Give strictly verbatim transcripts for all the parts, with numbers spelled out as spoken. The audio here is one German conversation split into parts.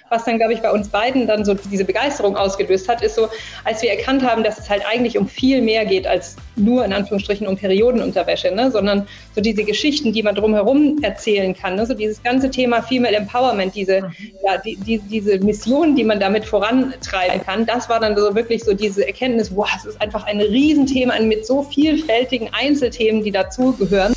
was dann, glaube ich, bei uns beiden dann so diese Begeisterung ausgelöst hat, ist so, als wir erkannt haben, dass es halt eigentlich um viel mehr geht als nur in Anführungsstrichen um Periodenunterwäsche, ne? Sondern so diese Geschichten, die man drumherum erzählen kann, ne? So dieses ganze Thema Female Empowerment, diese, ja, die, die, diese Mission, die man damit vorantreiben kann, das war dann so wirklich so diese Erkenntnis, wow, es ist einfach ein Riesenthema mit so vielfältigen Einzelthemen, die dazugehören.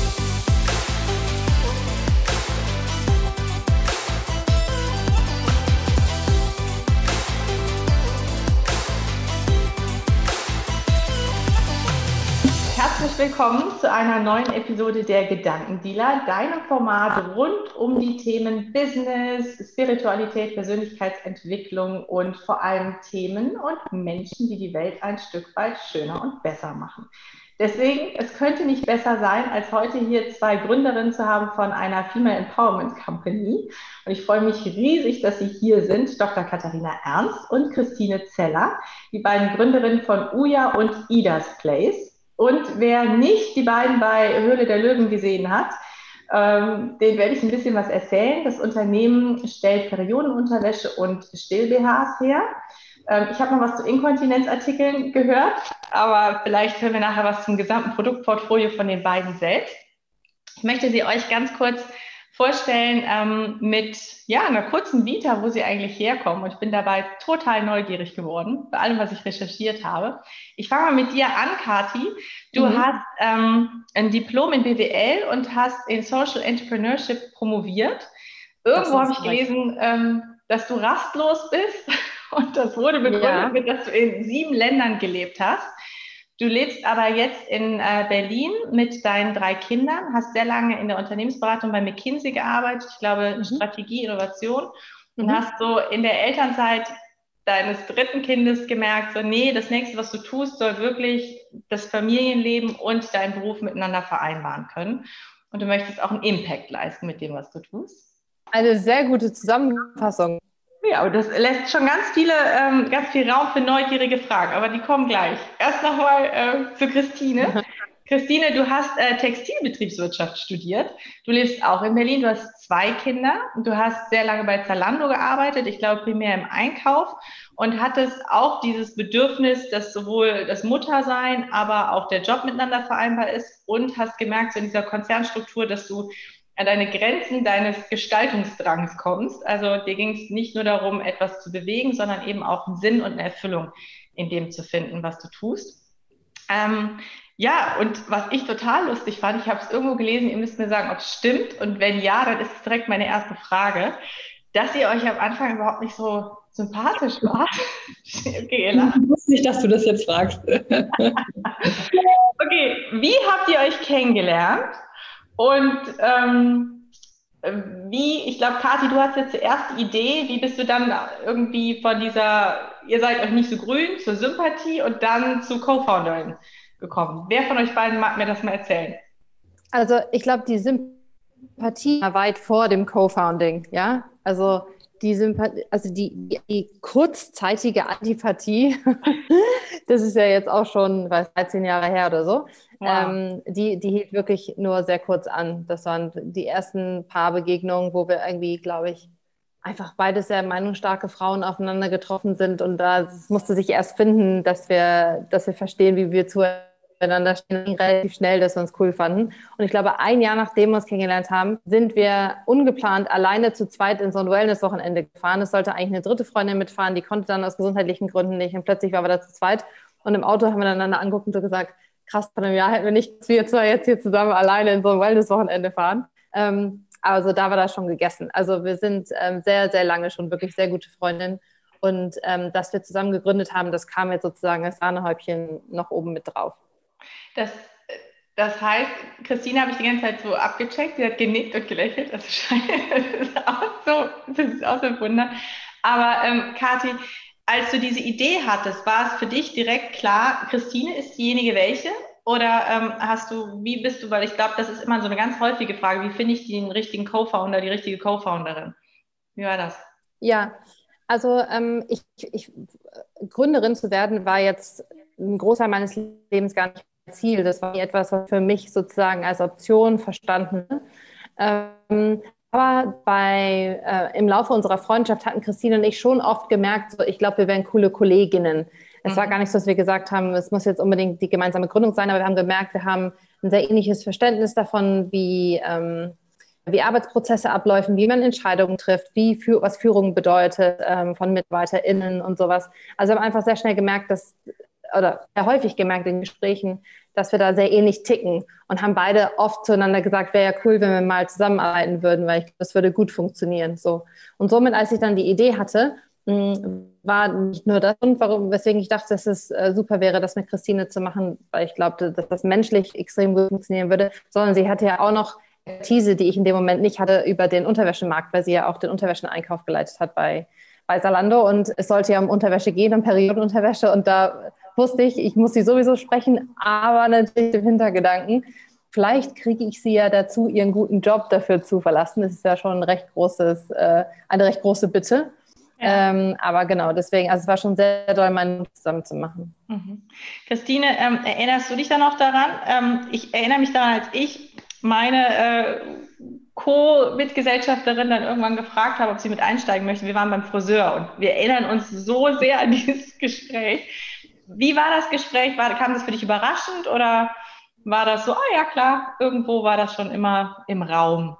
Herzlich willkommen zu einer neuen Episode der Gedankendealer, deinem Format rund um die Themen Business, Spiritualität, Persönlichkeitsentwicklung und vor allem Themen und Menschen, die die Welt ein Stück weit schöner und besser machen. Deswegen, es könnte nicht besser sein, als heute hier zwei Gründerinnen zu haben von einer Female Empowerment Company. Und ich freue mich riesig, dass Sie hier sind, Doktor Katharina Ernst und Christine Zeller, die beiden Gründerinnen von Uja und Ida's Place. Und wer nicht die beiden bei Höhle der Löwen gesehen hat, ähm, den werde ich ein bisschen was erzählen. Das Unternehmen stellt Periodenunterwäsche und Still-B Hs her. Ähm, ich habe noch was zu Inkontinenzartikeln gehört, aber vielleicht hören wir nachher was zum gesamten Produktportfolio von den beiden selbst. Ich möchte sie euch ganz kurz vorstellen ähm, mit ja, einer kurzen Vita, wo sie eigentlich herkommen. Und ich bin dabei total neugierig geworden, bei allem, was ich recherchiert habe. Ich fange mal mit dir an, Kathi. Du mhm. hast ähm, ein Diplom in B W L und hast in Social Entrepreneurship promoviert. Irgendwo habe ich gelesen, ähm, dass du rastlos bist. Und das wurde begründet ja. mit, dass du in sieben Ländern gelebt hast. Du lebst aber jetzt in äh, Berlin mit deinen drei Kindern, hast sehr lange in der Unternehmensberatung bei McKinsey gearbeitet, ich glaube mhm. Strategie, Innovation, und mhm. hast so in der Elternzeit deines dritten Kindes gemerkt, so nee, das nächste, was du tust, soll wirklich das Familienleben und deinen Beruf miteinander vereinbaren können. Und du möchtest auch einen Impact leisten mit dem, was du tust. Eine sehr gute Zusammenfassung. Ja, aber das lässt schon ganz viele, ähm, ganz viel Raum für neugierige Fragen, aber die kommen gleich. Erst nochmal äh, zu Christine. Christine, du hast äh, Textilbetriebswirtschaft studiert. Du lebst auch in Berlin, du hast zwei Kinder. Du hast sehr lange bei Zalando gearbeitet, ich glaube primär im Einkauf, und hattest auch dieses Bedürfnis, dass sowohl das Muttersein, aber auch der Job miteinander vereinbar ist, und hast gemerkt, so in dieser Konzernstruktur, dass du an deine Grenzen deines Gestaltungsdrangs kommst. Also dir ging es nicht nur darum, etwas zu bewegen, sondern eben auch einen Sinn und eine Erfüllung in dem zu finden, was du tust. Ähm, ja, und was ich total lustig fand, ich habe es irgendwo gelesen, ihr müsst mir sagen, ob es stimmt, und wenn ja, dann ist es direkt meine erste Frage, dass ihr euch am Anfang überhaupt nicht so sympathisch wart. Okay, Ella. Ich wusste nicht, dass du das jetzt fragst. Okay, wie habt ihr euch kennengelernt? Und ähm, wie, ich glaube, Kathi, du hast jetzt zuerst die Idee, wie bist du dann irgendwie von dieser, ihr seid euch nicht so grün, zur Sympathie und dann zu Co-Founderin gekommen? Wer von euch beiden mag mir das mal erzählen? Also ich glaube, die Sympathie war weit vor dem Co-Founding, ja, also die Sympathie, also die, die kurzzeitige Antipathie, das ist ja jetzt auch schon, weiß, dreizehn Jahre her oder so, wow. ähm, die, die hielt wirklich nur sehr kurz an. Das waren die ersten paar Begegnungen, wo wir irgendwie, glaube ich, einfach beide sehr meinungsstarke Frauen aufeinander getroffen sind, und da musste sich erst finden, dass wir, dass wir verstehen, wie wir zueinander stehen, relativ schnell, dass wir uns cool fanden. Und ich glaube, ein Jahr nachdem wir uns kennengelernt haben, sind wir ungeplant alleine zu zweit in so ein Wellness-Wochenende gefahren. Es sollte eigentlich eine dritte Freundin mitfahren, die konnte dann aus gesundheitlichen Gründen nicht, und plötzlich waren wir da zu zweit, und im Auto haben wir einander angeguckt und so gesagt, krass, vor einem Jahr hätten wir nicht, dass wir zwei jetzt hier zusammen alleine in so ein Wellness-Wochenende fahren. Ähm, also da war das schon gegessen. Also wir sind ähm, sehr, sehr lange schon wirklich sehr gute Freundinnen, und ähm, dass wir zusammen gegründet haben, das kam jetzt sozusagen als Sahnehäubchen noch oben mit drauf. Das, das heißt, Christine habe ich die ganze Zeit so abgecheckt, sie hat genickt und gelächelt, das ist auch so, das ist auch so ein Wunder. Aber ähm, Kathi, als du diese Idee hattest, war es für dich direkt klar, Christine ist diejenige welche? Oder ähm, hast du, wie bist du, weil ich glaube, das ist immer so eine ganz häufige Frage, wie finde ich den richtigen Co-Founder, die richtige Co-Founderin? Wie war das? Ja, also ähm, ich, ich, Gründerin zu werden war jetzt ein Großteil meines Lebens gar nicht Ziel. Das war etwas, was für mich sozusagen als Option verstanden. Ähm, Aber bei, äh, im Laufe unserer Freundschaft hatten Christine und ich schon oft gemerkt, so, ich glaube, wir wären coole Kolleginnen. Es mhm. war gar nicht so, dass wir gesagt haben, es muss jetzt unbedingt die gemeinsame Gründung sein, aber wir haben gemerkt, wir haben ein sehr ähnliches Verständnis davon, wie, ähm, wie Arbeitsprozesse abläufen, wie man Entscheidungen trifft, wie für, was Führung bedeutet ähm, von MitarbeiterInnen und sowas. Also wir haben einfach sehr schnell gemerkt, dass, oder sehr häufig gemerkt in Gesprächen, dass wir da sehr ähnlich ticken und haben beide oft zueinander gesagt, wäre ja cool, wenn wir mal zusammenarbeiten würden, weil ich glaube, das würde gut funktionieren. So. Und somit, als ich dann die Idee hatte, war nicht nur das Grund, warum, weswegen ich dachte, dass es äh, super wäre, das mit Christine zu machen, weil ich glaubte, dass das menschlich extrem gut funktionieren würde, sondern sie hatte ja auch noch Expertise, die ich in dem Moment nicht hatte, über den Unterwäschemarkt, weil sie ja auch den Unterwäscheeinkauf geleitet hat bei, bei Zalando und es sollte ja um Unterwäsche gehen, um Periodenunterwäsche und da wusste ich, ich muss sie sowieso sprechen, aber natürlich im Hintergedanken, vielleicht kriege ich sie ja dazu, ihren guten Job dafür zu verlassen. Das ist ja schon ein recht großes, äh, eine recht große Bitte. Ja. Ähm, aber genau, deswegen, also es war schon sehr doll, meinen zusammen zu machen. Mhm. Christine, ähm, erinnerst du dich da noch daran? Ähm, ich erinnere mich daran, als ich meine äh, Co-Mitgesellschafterin dann irgendwann gefragt habe, ob sie mit einsteigen möchte. Wir waren beim Friseur und wir erinnern uns so sehr an dieses Gespräch. Wie war das Gespräch? War, kam das für dich überraschend oder war das so, ah ja klar, irgendwo war das schon immer im Raum?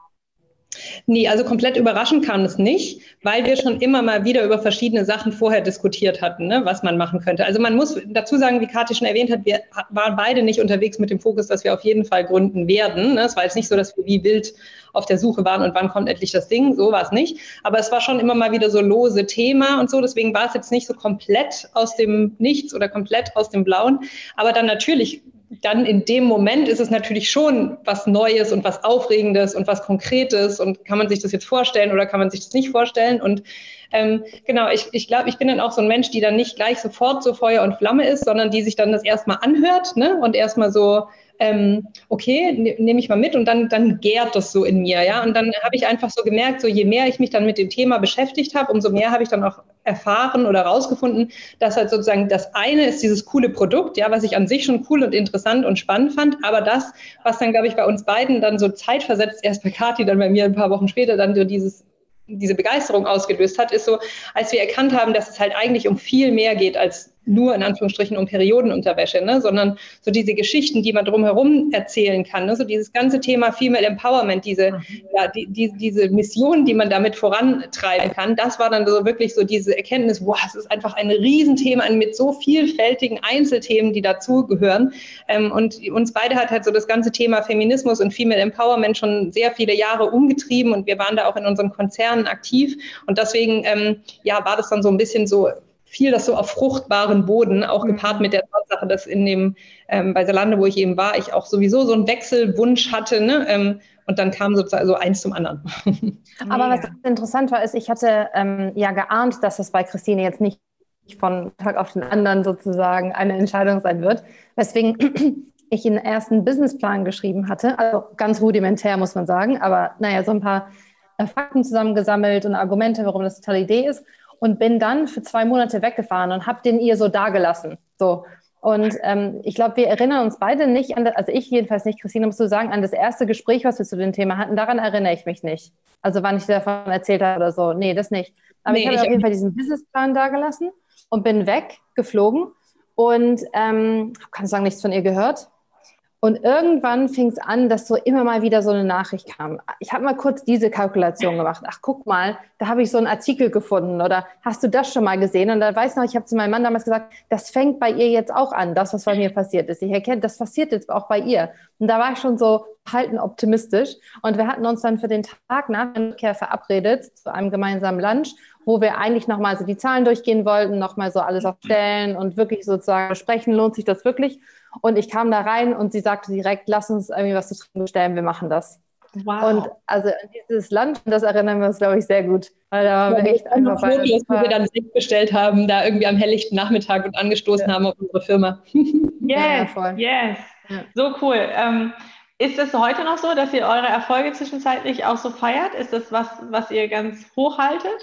Nee, also komplett überraschend kam es nicht, weil wir schon immer mal wieder über verschiedene Sachen vorher diskutiert hatten, ne, was man machen könnte. Also man muss dazu sagen, wie Kathi schon erwähnt hat, wir waren beide nicht unterwegs mit dem Fokus, dass wir auf jeden Fall gründen werden. Ne. Es war jetzt nicht so, dass wir wie wild auf der Suche waren und wann kommt endlich das Ding, so war es nicht. Aber es war schon immer mal wieder so lose Thema und so, deswegen war es jetzt nicht so komplett aus dem Nichts oder komplett aus dem Blauen. Aber dann natürlich, dann in dem Moment ist es natürlich schon was Neues und was Aufregendes und was Konkretes und kann man sich das jetzt vorstellen oder kann man sich das nicht vorstellen und ähm, genau, ich, ich glaube, ich bin dann auch so ein Mensch, die dann nicht gleich sofort so Feuer und Flamme ist, sondern die sich dann das erstmal anhört, ne, und erstmal so, ähm, okay, ne, nehme ich mal mit und dann, dann gärt das so in mir, ja, und dann habe ich einfach so gemerkt, so je mehr ich mich dann mit dem Thema beschäftigt habe, umso mehr habe ich dann auch erfahren oder rausgefunden, dass halt sozusagen das eine ist dieses coole Produkt, ja, was ich an sich schon cool und interessant und spannend fand, aber das, was dann, glaube ich, bei uns beiden dann so zeitversetzt, erst bei Kathi, dann bei mir ein paar Wochen später, dann so dieses diese Begeisterung ausgelöst hat, ist so, als wir erkannt haben, dass es halt eigentlich um viel mehr geht als nur in Anführungsstrichen um Periodenunterwäsche, ne, sondern so diese Geschichten, die man drumherum erzählen kann, ne, so dieses ganze Thema Female Empowerment, diese, mhm. ja, die, die, diese Mission, die man damit vorantreiben kann, das war dann so wirklich so diese Erkenntnis, wow, es ist einfach ein Riesenthema mit so vielfältigen Einzelthemen, die dazugehören. Ähm, und uns beide hat halt so das ganze Thema Feminismus und Female Empowerment schon sehr viele Jahre umgetrieben und wir waren da auch in unseren Konzernen aktiv und deswegen, ähm, ja, war das dann so ein bisschen so, fiel das so auf fruchtbaren Boden, auch gepaart mit der Tatsache, dass in dem, ähm, bei Zalando, wo ich eben war, ich auch sowieso so einen Wechselwunsch hatte, ne? Ähm, und dann kam sozusagen so eins zum anderen. Aber was interessant war, ist, ich hatte ähm, ja geahnt, dass es bei Christine jetzt nicht von Tag auf den anderen sozusagen eine Entscheidung sein wird, weswegen ich den ersten Businessplan geschrieben hatte, also ganz rudimentär, muss man sagen, aber naja, so ein paar äh, Fakten zusammengesammelt und Argumente, warum das eine tolle Idee ist. Und bin dann für zwei Monate weggefahren und habe den ihr so dagelassen. So. Und ähm, ich glaube, wir erinnern uns beide nicht an, das, also ich jedenfalls nicht, Christine, musst du sagen, an das erste Gespräch, was wir zu dem Thema hatten, daran erinnere ich mich nicht. Also wann ich davon erzählt habe oder so. Nee, das nicht. Aber nee, ich habe auf jeden Fall diesen Businessplan dagelassen und bin weggeflogen und ähm, kann sagen, nichts von ihr gehört. Und irgendwann fing es an, dass so immer mal wieder so eine Nachricht kam. Ich habe mal kurz diese Kalkulation gemacht. Ach, guck mal, da habe ich so einen Artikel gefunden oder hast du das schon mal gesehen? Und da weiß ich noch, ich habe zu meinem Mann damals gesagt, das fängt bei ihr jetzt auch an, das, was bei mir passiert ist. Ich erkenne, das passiert jetzt auch bei ihr. Und da war ich schon so halten optimistisch. Und wir hatten uns dann für den Tag nach der Rückkehr verabredet zu einem gemeinsamen Lunch, wo wir eigentlich nochmal so die Zahlen durchgehen wollten, nochmal so alles aufstellen und wirklich sozusagen besprechen, lohnt sich das wirklich? Und ich kam da rein und sie sagte direkt, lass uns irgendwie was zu trinken bestellen, wir machen das. Wow. Und also dieses Lunch, das erinnern wir uns, glaube ich, sehr gut. Weil da waren ja, wir echt einfach bei Fotos, wo wir dann Sekt bestellt haben, da irgendwie am helllichten Nachmittag und angestoßen ja. haben auf unsere Firma. Yes, ja, voll. yes. Ja. So cool. Ähm, ist es heute noch so, dass ihr eure Erfolge zwischenzeitlich auch so feiert? Ist das was, was ihr ganz hoch haltet?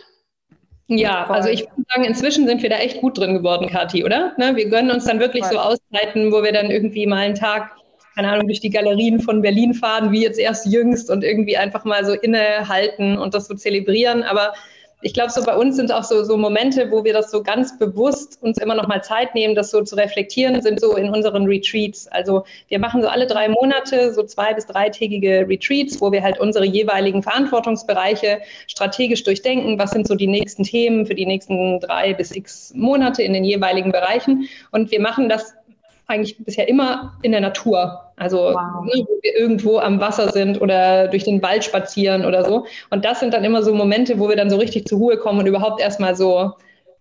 Ja, also ich würde sagen, inzwischen sind wir da echt gut drin geworden, Kathi, oder? Ne, wir gönnen uns dann wirklich ja, so Auszeiten, wo wir dann irgendwie mal einen Tag keine Ahnung, durch die Galerien von Berlin fahren, wie jetzt erst jüngst und irgendwie einfach mal so innehalten und das so zelebrieren. Aber ich glaube, so bei uns sind auch so, so Momente, wo wir das so ganz bewusst uns immer noch mal Zeit nehmen, das so zu reflektieren, sind so in unseren Retreats. Also wir machen so alle drei Monate so zwei- bis dreitägige Retreats, wo wir halt unsere jeweiligen Verantwortungsbereiche strategisch durchdenken. Was sind so die nächsten Themen für die nächsten drei bis x Monate in den jeweiligen Bereichen? Und wir machen das eigentlich bisher immer in der Natur. Also wow. ne, wo wir irgendwo am Wasser sind oder durch den Wald spazieren oder so. Und das sind dann immer so Momente, wo wir dann so richtig zur Ruhe kommen und überhaupt erstmal so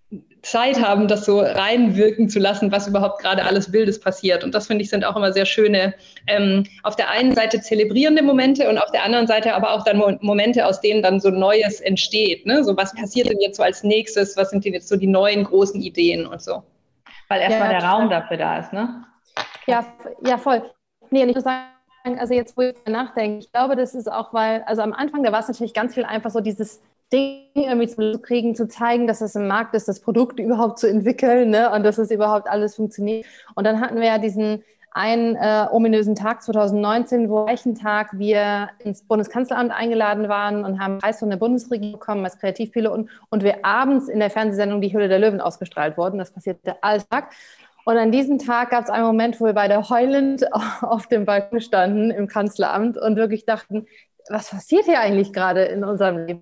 Zeit haben, das so reinwirken zu lassen, was überhaupt gerade alles Wildes passiert. Und das, finde ich, sind auch immer sehr schöne, ähm, auf der einen Seite zelebrierende Momente und auf der anderen Seite aber auch dann Mo- Momente, aus denen dann so Neues entsteht. Ne? So, was passiert denn jetzt so als nächstes? Was sind denn jetzt so die neuen großen Ideen und so? Weil erstmal ja, der Raum dafür da ist, ne? Ja, ja, voll. Nee, und ich muss sagen, also jetzt, wo ich nachdenke, ich glaube, das ist auch, weil, also am Anfang, da war es natürlich ganz viel einfach so dieses Ding irgendwie zu kriegen, zu zeigen, dass es im Markt ist, das Produkt überhaupt zu entwickeln, ne? Und dass es überhaupt alles funktioniert. Und dann hatten wir ja diesen einen äh, ominösen Tag zwanzig neunzehn, wo welchen Tag wir ins Bundeskanzleramt eingeladen waren und haben einen Preis von der Bundesregierung bekommen als Kreativpiloten und wir abends in der Fernsehsendung Die Höhle der Löwen ausgestrahlt wurden. Das passierte alltag. Und an diesem Tag gab es einen Moment, wo wir beide heulend auf dem Balkon standen im Kanzleramt und wirklich dachten, was passiert hier eigentlich gerade in unserem Leben?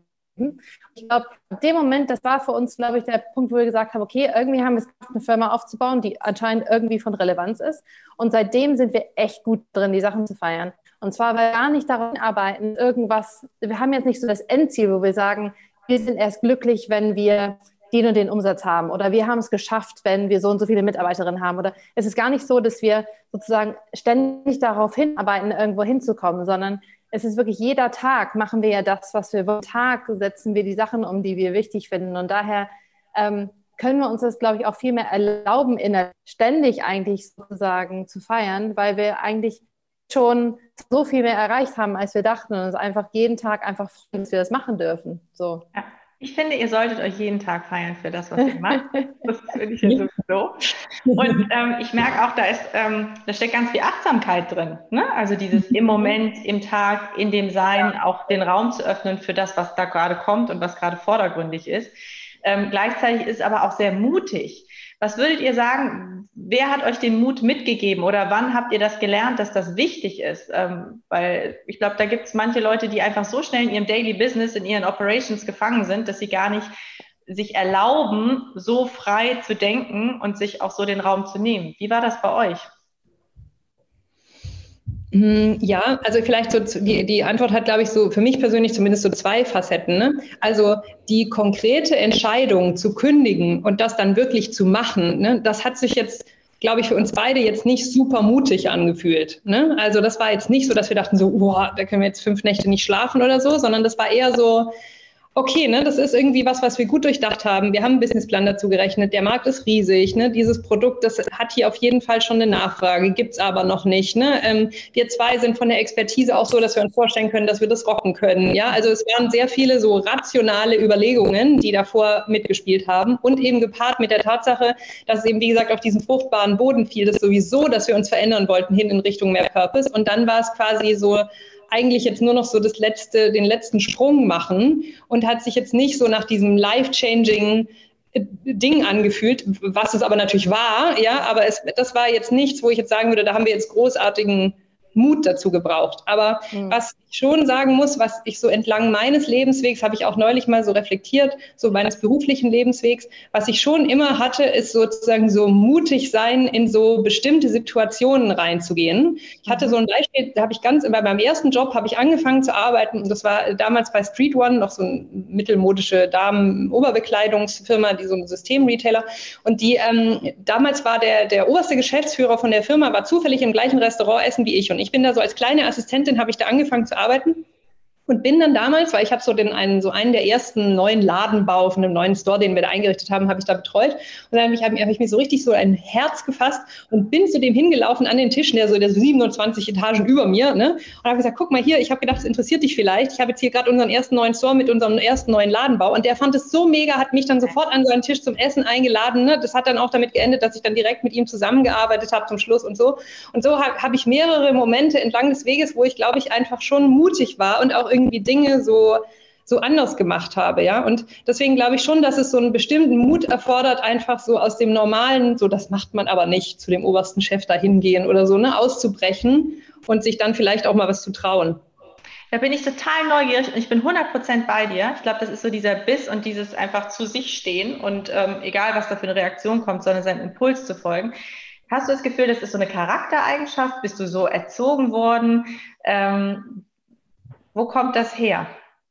Ich glaube, in dem Moment, das war für uns, glaube ich, der Punkt, wo wir gesagt haben, okay, irgendwie haben wir es geschafft, eine Firma aufzubauen, die anscheinend irgendwie von Relevanz ist. Und seitdem sind wir echt gut drin, die Sachen zu feiern. Und zwar, weil wir gar nicht daran arbeiten, irgendwas, wir haben jetzt nicht so das Endziel, wo wir sagen, wir sind erst glücklich, wenn wir den und den Umsatz haben oder wir haben es geschafft, wenn wir so und so viele Mitarbeiterinnen haben. Oder es ist gar nicht so, dass wir sozusagen ständig darauf hinarbeiten, irgendwo hinzukommen, sondern es ist wirklich jeder Tag machen wir ja das, was wir wollen. Tag setzen wir die Sachen um, die wir wichtig finden. Und daher ähm, können wir uns das, glaube ich, auch viel mehr erlauben, innerlich ständig eigentlich sozusagen zu feiern, weil wir eigentlich schon so viel mehr erreicht haben, als wir dachten und uns einfach jeden Tag einfach freuen, dass wir das machen dürfen. So. Ja. Ich finde, ihr solltet euch jeden Tag feiern für das, was ihr macht. Das finde ich ja sowieso. Und ähm, ich merke auch, da ist, ähm, da steckt ganz viel Achtsamkeit drin. Ne? Also dieses im Moment, im Tag, in dem Sein, auch den Raum zu öffnen für das, was da gerade kommt und was gerade vordergründig ist. Ähm, gleichzeitig ist aber auch sehr mutig. Was würdet ihr sagen, wer hat euch den Mut mitgegeben oder wann habt ihr das gelernt, dass das wichtig ist? Ähm, weil ich glaube, da gibt es manche Leute, die einfach so schnell in ihrem Daily Business, in ihren Operations gefangen sind, dass sie gar nicht sich erlauben, so frei zu denken und sich auch so den Raum zu nehmen. Wie war das bei euch? Ja, also vielleicht so die, die Antwort hat, glaube ich, so für mich persönlich zumindest so zwei Facetten. Ne? Also die konkrete Entscheidung zu kündigen und das dann wirklich zu machen, ne, das hat sich jetzt, glaube ich, für uns beide jetzt nicht super mutig angefühlt. Ne? Also das war jetzt nicht so, dass wir dachten so, boah, da können wir jetzt fünf Nächte nicht schlafen oder so, sondern das war eher so, okay, ne, das ist irgendwie was, was wir gut durchdacht haben. Wir haben einen Businessplan dazu gerechnet. Der Markt ist riesig. Ne? Dieses Produkt, das hat hier auf jeden Fall schon eine Nachfrage, gibt's aber noch nicht. Ne? Ähm, wir zwei sind von der Expertise auch so, dass wir uns vorstellen können, dass wir das rocken können. Ja, also es waren sehr viele so rationale Überlegungen, die davor mitgespielt haben und eben gepaart mit der Tatsache, dass es eben, wie gesagt, auf diesen fruchtbaren Boden fiel, das sowieso, dass wir uns verändern wollten hin in Richtung mehr Purpose. Und dann war es quasi so, eigentlich jetzt nur noch so das letzte, den letzten Sprung machen und hat sich jetzt nicht so nach diesem life-changing Ding angefühlt, was es aber natürlich war, ja, aber es, das war jetzt nichts, wo ich jetzt sagen würde, da haben wir jetzt großartigen Mut dazu gebraucht. Aber mhm. was ich schon sagen muss, was ich so entlang meines Lebenswegs, habe ich auch neulich mal so reflektiert, so meines beruflichen Lebenswegs, was ich schon immer hatte, ist sozusagen so mutig sein, in so bestimmte Situationen reinzugehen. Ich hatte so ein Beispiel, da habe ich ganz, bei meinem ersten Job habe ich angefangen zu arbeiten und das war damals bei Street One, noch so eine mittelmodische Damen-Oberbekleidungsfirma, die so ein Systemretailer und die, ähm, damals war der, der oberste Geschäftsführer von der Firma, war zufällig im gleichen Restaurant essen wie ich und ich bin da so als kleine Assistentin, habe ich da angefangen zu arbeiten Und bin dann damals, weil ich habe so den einen, so einen der ersten neuen Ladenbau von einem neuen Store, den wir da eingerichtet haben, habe ich da betreut. Und dann habe ich, hab, hab ich mir so richtig so ein Herz gefasst und bin zu dem hingelaufen an den Tischen, der so der siebenundzwanzig Etagen über mir, ne? Und habe gesagt, guck mal hier, ich habe gedacht, es interessiert dich vielleicht. Ich habe jetzt hier gerade unseren ersten neuen Store mit unserem ersten neuen Ladenbau. Und der fand es so mega, hat mich dann sofort an seinen Tisch zum Essen eingeladen. Ne? Das hat dann auch damit geendet, dass ich dann direkt mit ihm zusammengearbeitet habe zum Schluss und so. Und so habe hab ich mehrere Momente entlang des Weges, wo ich, glaube ich, einfach schon mutig war und auch irgendwie Dinge so, so anders gemacht habe, ja. Und deswegen glaube ich schon, dass es so einen bestimmten Mut erfordert, einfach so aus dem Normalen, so das macht man aber nicht, zu dem obersten Chef da hingehen oder so, ne, auszubrechen und sich dann vielleicht auch mal was zu trauen. Da bin ich total neugierig und ich bin hundert Prozent bei dir. Ich glaube, das ist so dieser Biss und dieses einfach zu sich stehen und ähm, egal, was da für eine Reaktion kommt, sondern seinem Impuls zu folgen. Hast du das Gefühl, das ist so eine Charaktereigenschaft? Bist du so erzogen worden? Ähm, Wo kommt das her?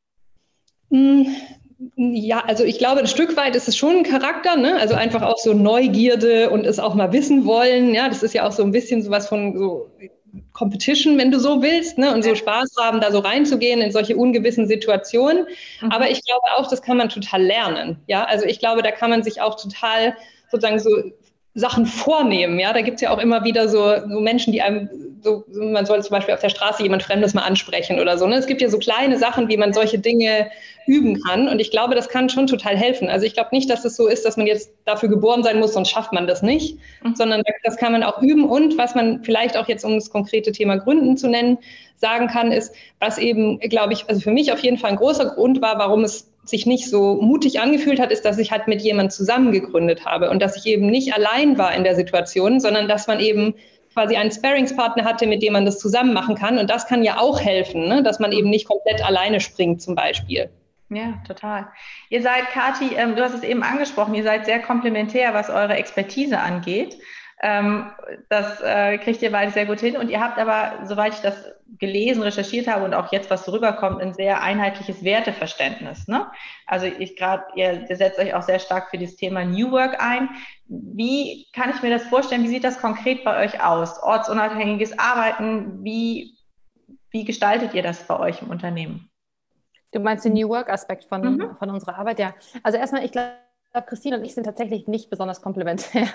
Ja, also ich glaube, ein Stück weit ist es schon ein Charakter, ne? Also einfach auch so Neugierde und es auch mal wissen wollen. Ja, das ist ja auch so ein bisschen sowas von so Competition, wenn du so willst, ne? Und so Spaß haben, da so reinzugehen in solche ungewissen Situationen. Mhm. Aber ich glaube auch, das kann man total lernen. Ja, also ich glaube, da kann man sich auch total sozusagen so Sachen vornehmen, ja, da gibt es ja auch immer wieder so, so Menschen, die einem, so, man soll zum Beispiel auf der Straße jemand Fremdes mal ansprechen oder so, ne? Es gibt ja so kleine Sachen, wie man solche Dinge üben kann und ich glaube, das kann schon total helfen. Also ich glaube nicht, dass es so ist, dass man jetzt dafür geboren sein muss, sonst schafft man das nicht, mhm. sondern das kann man auch üben und was man vielleicht auch jetzt, um das konkrete Thema Gründen zu nennen, sagen kann, ist, was eben, glaube ich, also für mich auf jeden Fall ein großer Grund war, warum es sich nicht so mutig angefühlt hat, ist, dass ich halt mit jemandem zusammen gegründet habe und dass ich eben nicht allein war in der Situation, sondern dass man eben quasi einen Sparringspartner hatte, mit dem man das zusammen machen kann. Und das kann ja auch helfen, ne? Dass man eben nicht komplett alleine springt zum Beispiel. Ja, total. Ihr seid, Kathi, ähm, du hast es eben angesprochen, ihr seid sehr komplementär, was eure Expertise angeht. Ähm, das äh, kriegt ihr beide sehr gut hin. Und ihr habt aber, soweit ich das gelesen, recherchiert habe und auch jetzt, was so rüberkommt, ein sehr einheitliches Werteverständnis. Ne? Also ich gerade, ihr, ihr setzt euch auch sehr stark für das Thema New Work ein. Wie kann ich mir das vorstellen? Wie sieht das konkret bei euch aus? Ortsunabhängiges Arbeiten, wie, wie gestaltet ihr das bei euch im Unternehmen? Du meinst den New Work-Aspekt von, mhm. von unserer Arbeit? Ja. Also erstmal, ich glaube, Christine und ich sind tatsächlich nicht besonders komplementär.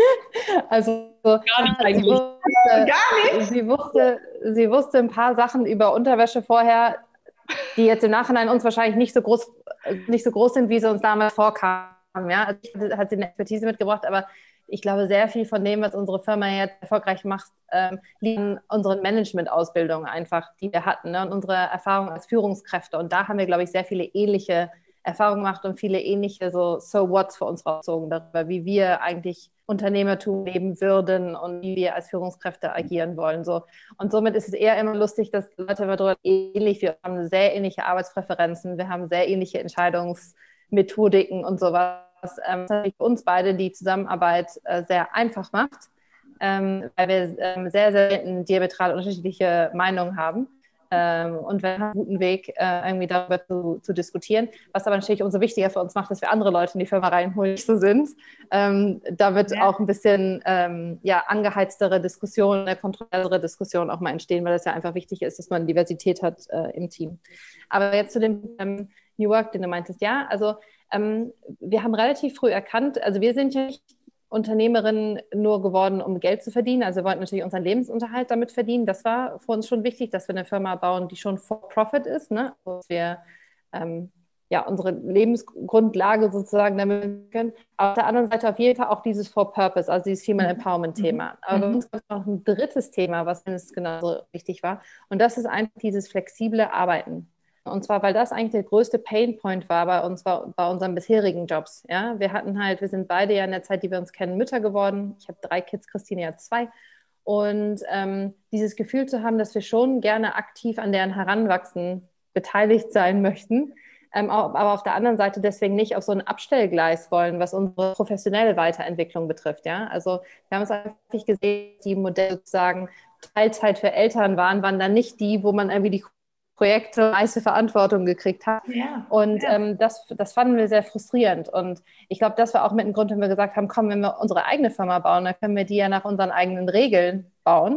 Also gar nicht eigentlich. Sie wusste, gar nicht. Sie wusste, sie wusste ein paar Sachen über Unterwäsche vorher, die jetzt im Nachhinein uns wahrscheinlich nicht so groß, nicht so groß sind, wie sie uns damals vorkamen. Ja? Also ich hat sie eine Expertise mitgebracht, aber ich glaube, sehr viel von dem, was unsere Firma jetzt erfolgreich macht, ähm, liegt an unseren Management-Ausbildungen einfach, die wir hatten, ne? Und unsere Erfahrungen als Führungskräfte. Und da haben wir, glaube ich, sehr viele ähnliche Erfahrungen gemacht und viele ähnliche so So-Whats für uns rausgezogen darüber, wie wir eigentlich Unternehmertum leben würden und wie wir als Führungskräfte agieren wollen. So. Und somit ist es eher immer lustig, dass Leute darüber ähnlich, wir haben sehr ähnliche Arbeitspräferenzen, wir haben sehr ähnliche Entscheidungsmethodiken und sowas, was ähm, für uns beide die Zusammenarbeit äh, sehr einfach macht, ähm, weil wir ähm, sehr, sehr selten diametral unterschiedliche Meinungen haben. Ähm, und wir haben einen guten Weg, äh, irgendwie darüber zu, zu diskutieren, was aber natürlich umso wichtiger für uns macht, dass wir andere Leute in die Firma reinholen, die nicht so sind. Ähm, da wird ja auch ein bisschen ähm, ja, angeheiztere Diskussionen, eine kontrollere Diskussion auch mal entstehen, weil es ja einfach wichtig ist, dass man Diversität hat äh, im Team. Aber jetzt zu dem ähm, New Work, den du meintest, ja, also ähm, wir haben relativ früh erkannt, also wir sind ja nicht Unternehmerin nur geworden, um Geld zu verdienen. Also wir wollten natürlich unseren Lebensunterhalt damit verdienen. Das war für uns schon wichtig, dass wir eine Firma bauen, die schon for profit ist, ne? Dass wir ähm, ja, unsere Lebensgrundlage sozusagen damit können. Auf der anderen Seite auf jeden Fall auch dieses For Purpose, also dieses Female Empowerment-Thema. Mhm. Aber bei uns gab es noch ein drittes Thema, was uns genauso wichtig war. Und das ist einfach dieses flexible Arbeiten. Und zwar, weil das eigentlich der größte Painpoint war bei uns, bei, bei unseren bisherigen Jobs. Ja, wir hatten halt, wir sind beide ja in der Zeit, die wir uns kennen, Mütter geworden. Ich habe drei Kids, Christine hat zwei. Und ähm, dieses Gefühl zu haben, dass wir schon gerne aktiv an deren Heranwachsen beteiligt sein möchten, ähm, aber auf der anderen Seite deswegen nicht auf so ein Abstellgleis wollen, was unsere professionelle Weiterentwicklung betrifft. Ja, also wir haben es einfach gesehen, die Modelle sozusagen Teilzeit für Eltern waren, waren dann nicht die, wo man irgendwie die Projekte meiste Verantwortung gekriegt hat. Ja, und ja. ähm, das, das fanden wir sehr frustrierend. Und ich glaube, das war auch mit dem Grund, wenn wir gesagt haben, komm, wenn wir unsere eigene Firma bauen, dann können wir die ja nach unseren eigenen Regeln bauen.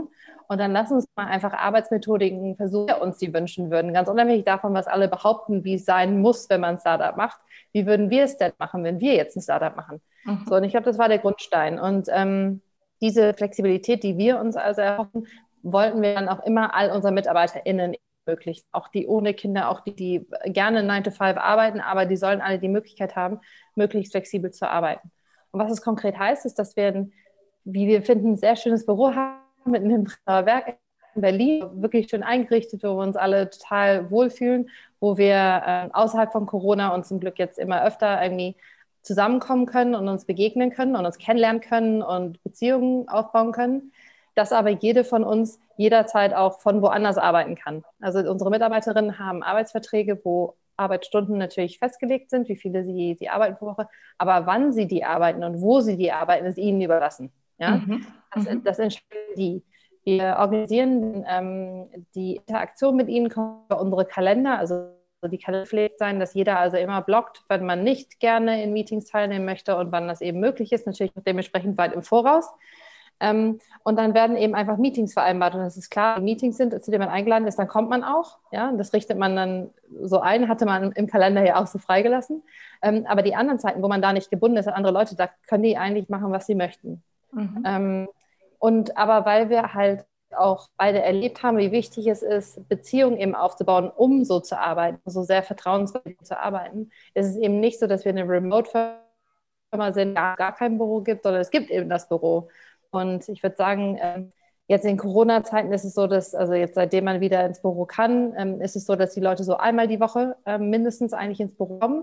Und dann lass uns mal einfach Arbeitsmethodiken versuchen, die wir uns die wünschen würden. Ganz unabhängig davon, was alle behaupten, wie es sein muss, wenn man ein Startup macht. Wie würden wir es denn machen, wenn wir jetzt ein Startup machen? Mhm. So, und ich glaube, das war der Grundstein. Und ähm, diese Flexibilität, die wir uns also erhoffen, wollten wir dann auch immer all unseren MitarbeiterInnen ermöglichen. Auch die ohne Kinder, auch die, die gerne nine to five arbeiten, aber die sollen alle die Möglichkeit haben, möglichst flexibel zu arbeiten. Und was es konkret heißt, ist, dass wir, ein, wie wir finden, ein sehr schönes Büro haben, mit einem Werk in Berlin, wirklich schön eingerichtet, wo wir uns alle total wohlfühlen, wo wir äh, außerhalb von Corona und zum Glück jetzt immer öfter irgendwie zusammenkommen können und uns begegnen können und uns kennenlernen können und Beziehungen aufbauen können, dass aber jede von uns jederzeit auch von woanders arbeiten kann. Also unsere Mitarbeiterinnen haben Arbeitsverträge, wo Arbeitsstunden natürlich festgelegt sind, wie viele sie, sie arbeiten pro Woche, aber wann sie die arbeiten und wo sie die arbeiten, ist ihnen überlassen. Ja? Mhm. Das, das entscheiden die. Wir organisieren ähm, die Interaktion mit ihnen über unsere Kalender, also die Kalender pflegt sein, dass jeder also immer blockt, wenn man nicht gerne in Meetings teilnehmen möchte und wann das eben möglich ist, natürlich dementsprechend weit im Voraus. Ähm, und dann werden eben einfach Meetings vereinbart und es ist klar, wenn Meetings sind, zu denen man eingeladen ist, dann kommt man auch. Ja, und das richtet man dann so ein, hatte man im Kalender ja auch so freigelassen. Ähm, aber die anderen Zeiten, wo man da nicht gebunden ist an andere Leute, da können die eigentlich machen, was sie möchten. Mhm. Ähm, und aber weil wir halt auch beide erlebt haben, wie wichtig es ist, Beziehungen eben aufzubauen, um so zu arbeiten, so sehr vertrauensvoll zu arbeiten, ist es eben nicht so, dass wir eine Remote-Firma sind, gar, gar kein Büro gibt, sondern es gibt eben das Büro. Und ich würde sagen, jetzt in Corona-Zeiten ist es so, dass, also jetzt seitdem man wieder ins Büro kann, ist es so, dass die Leute so einmal die Woche mindestens eigentlich ins Büro kommen.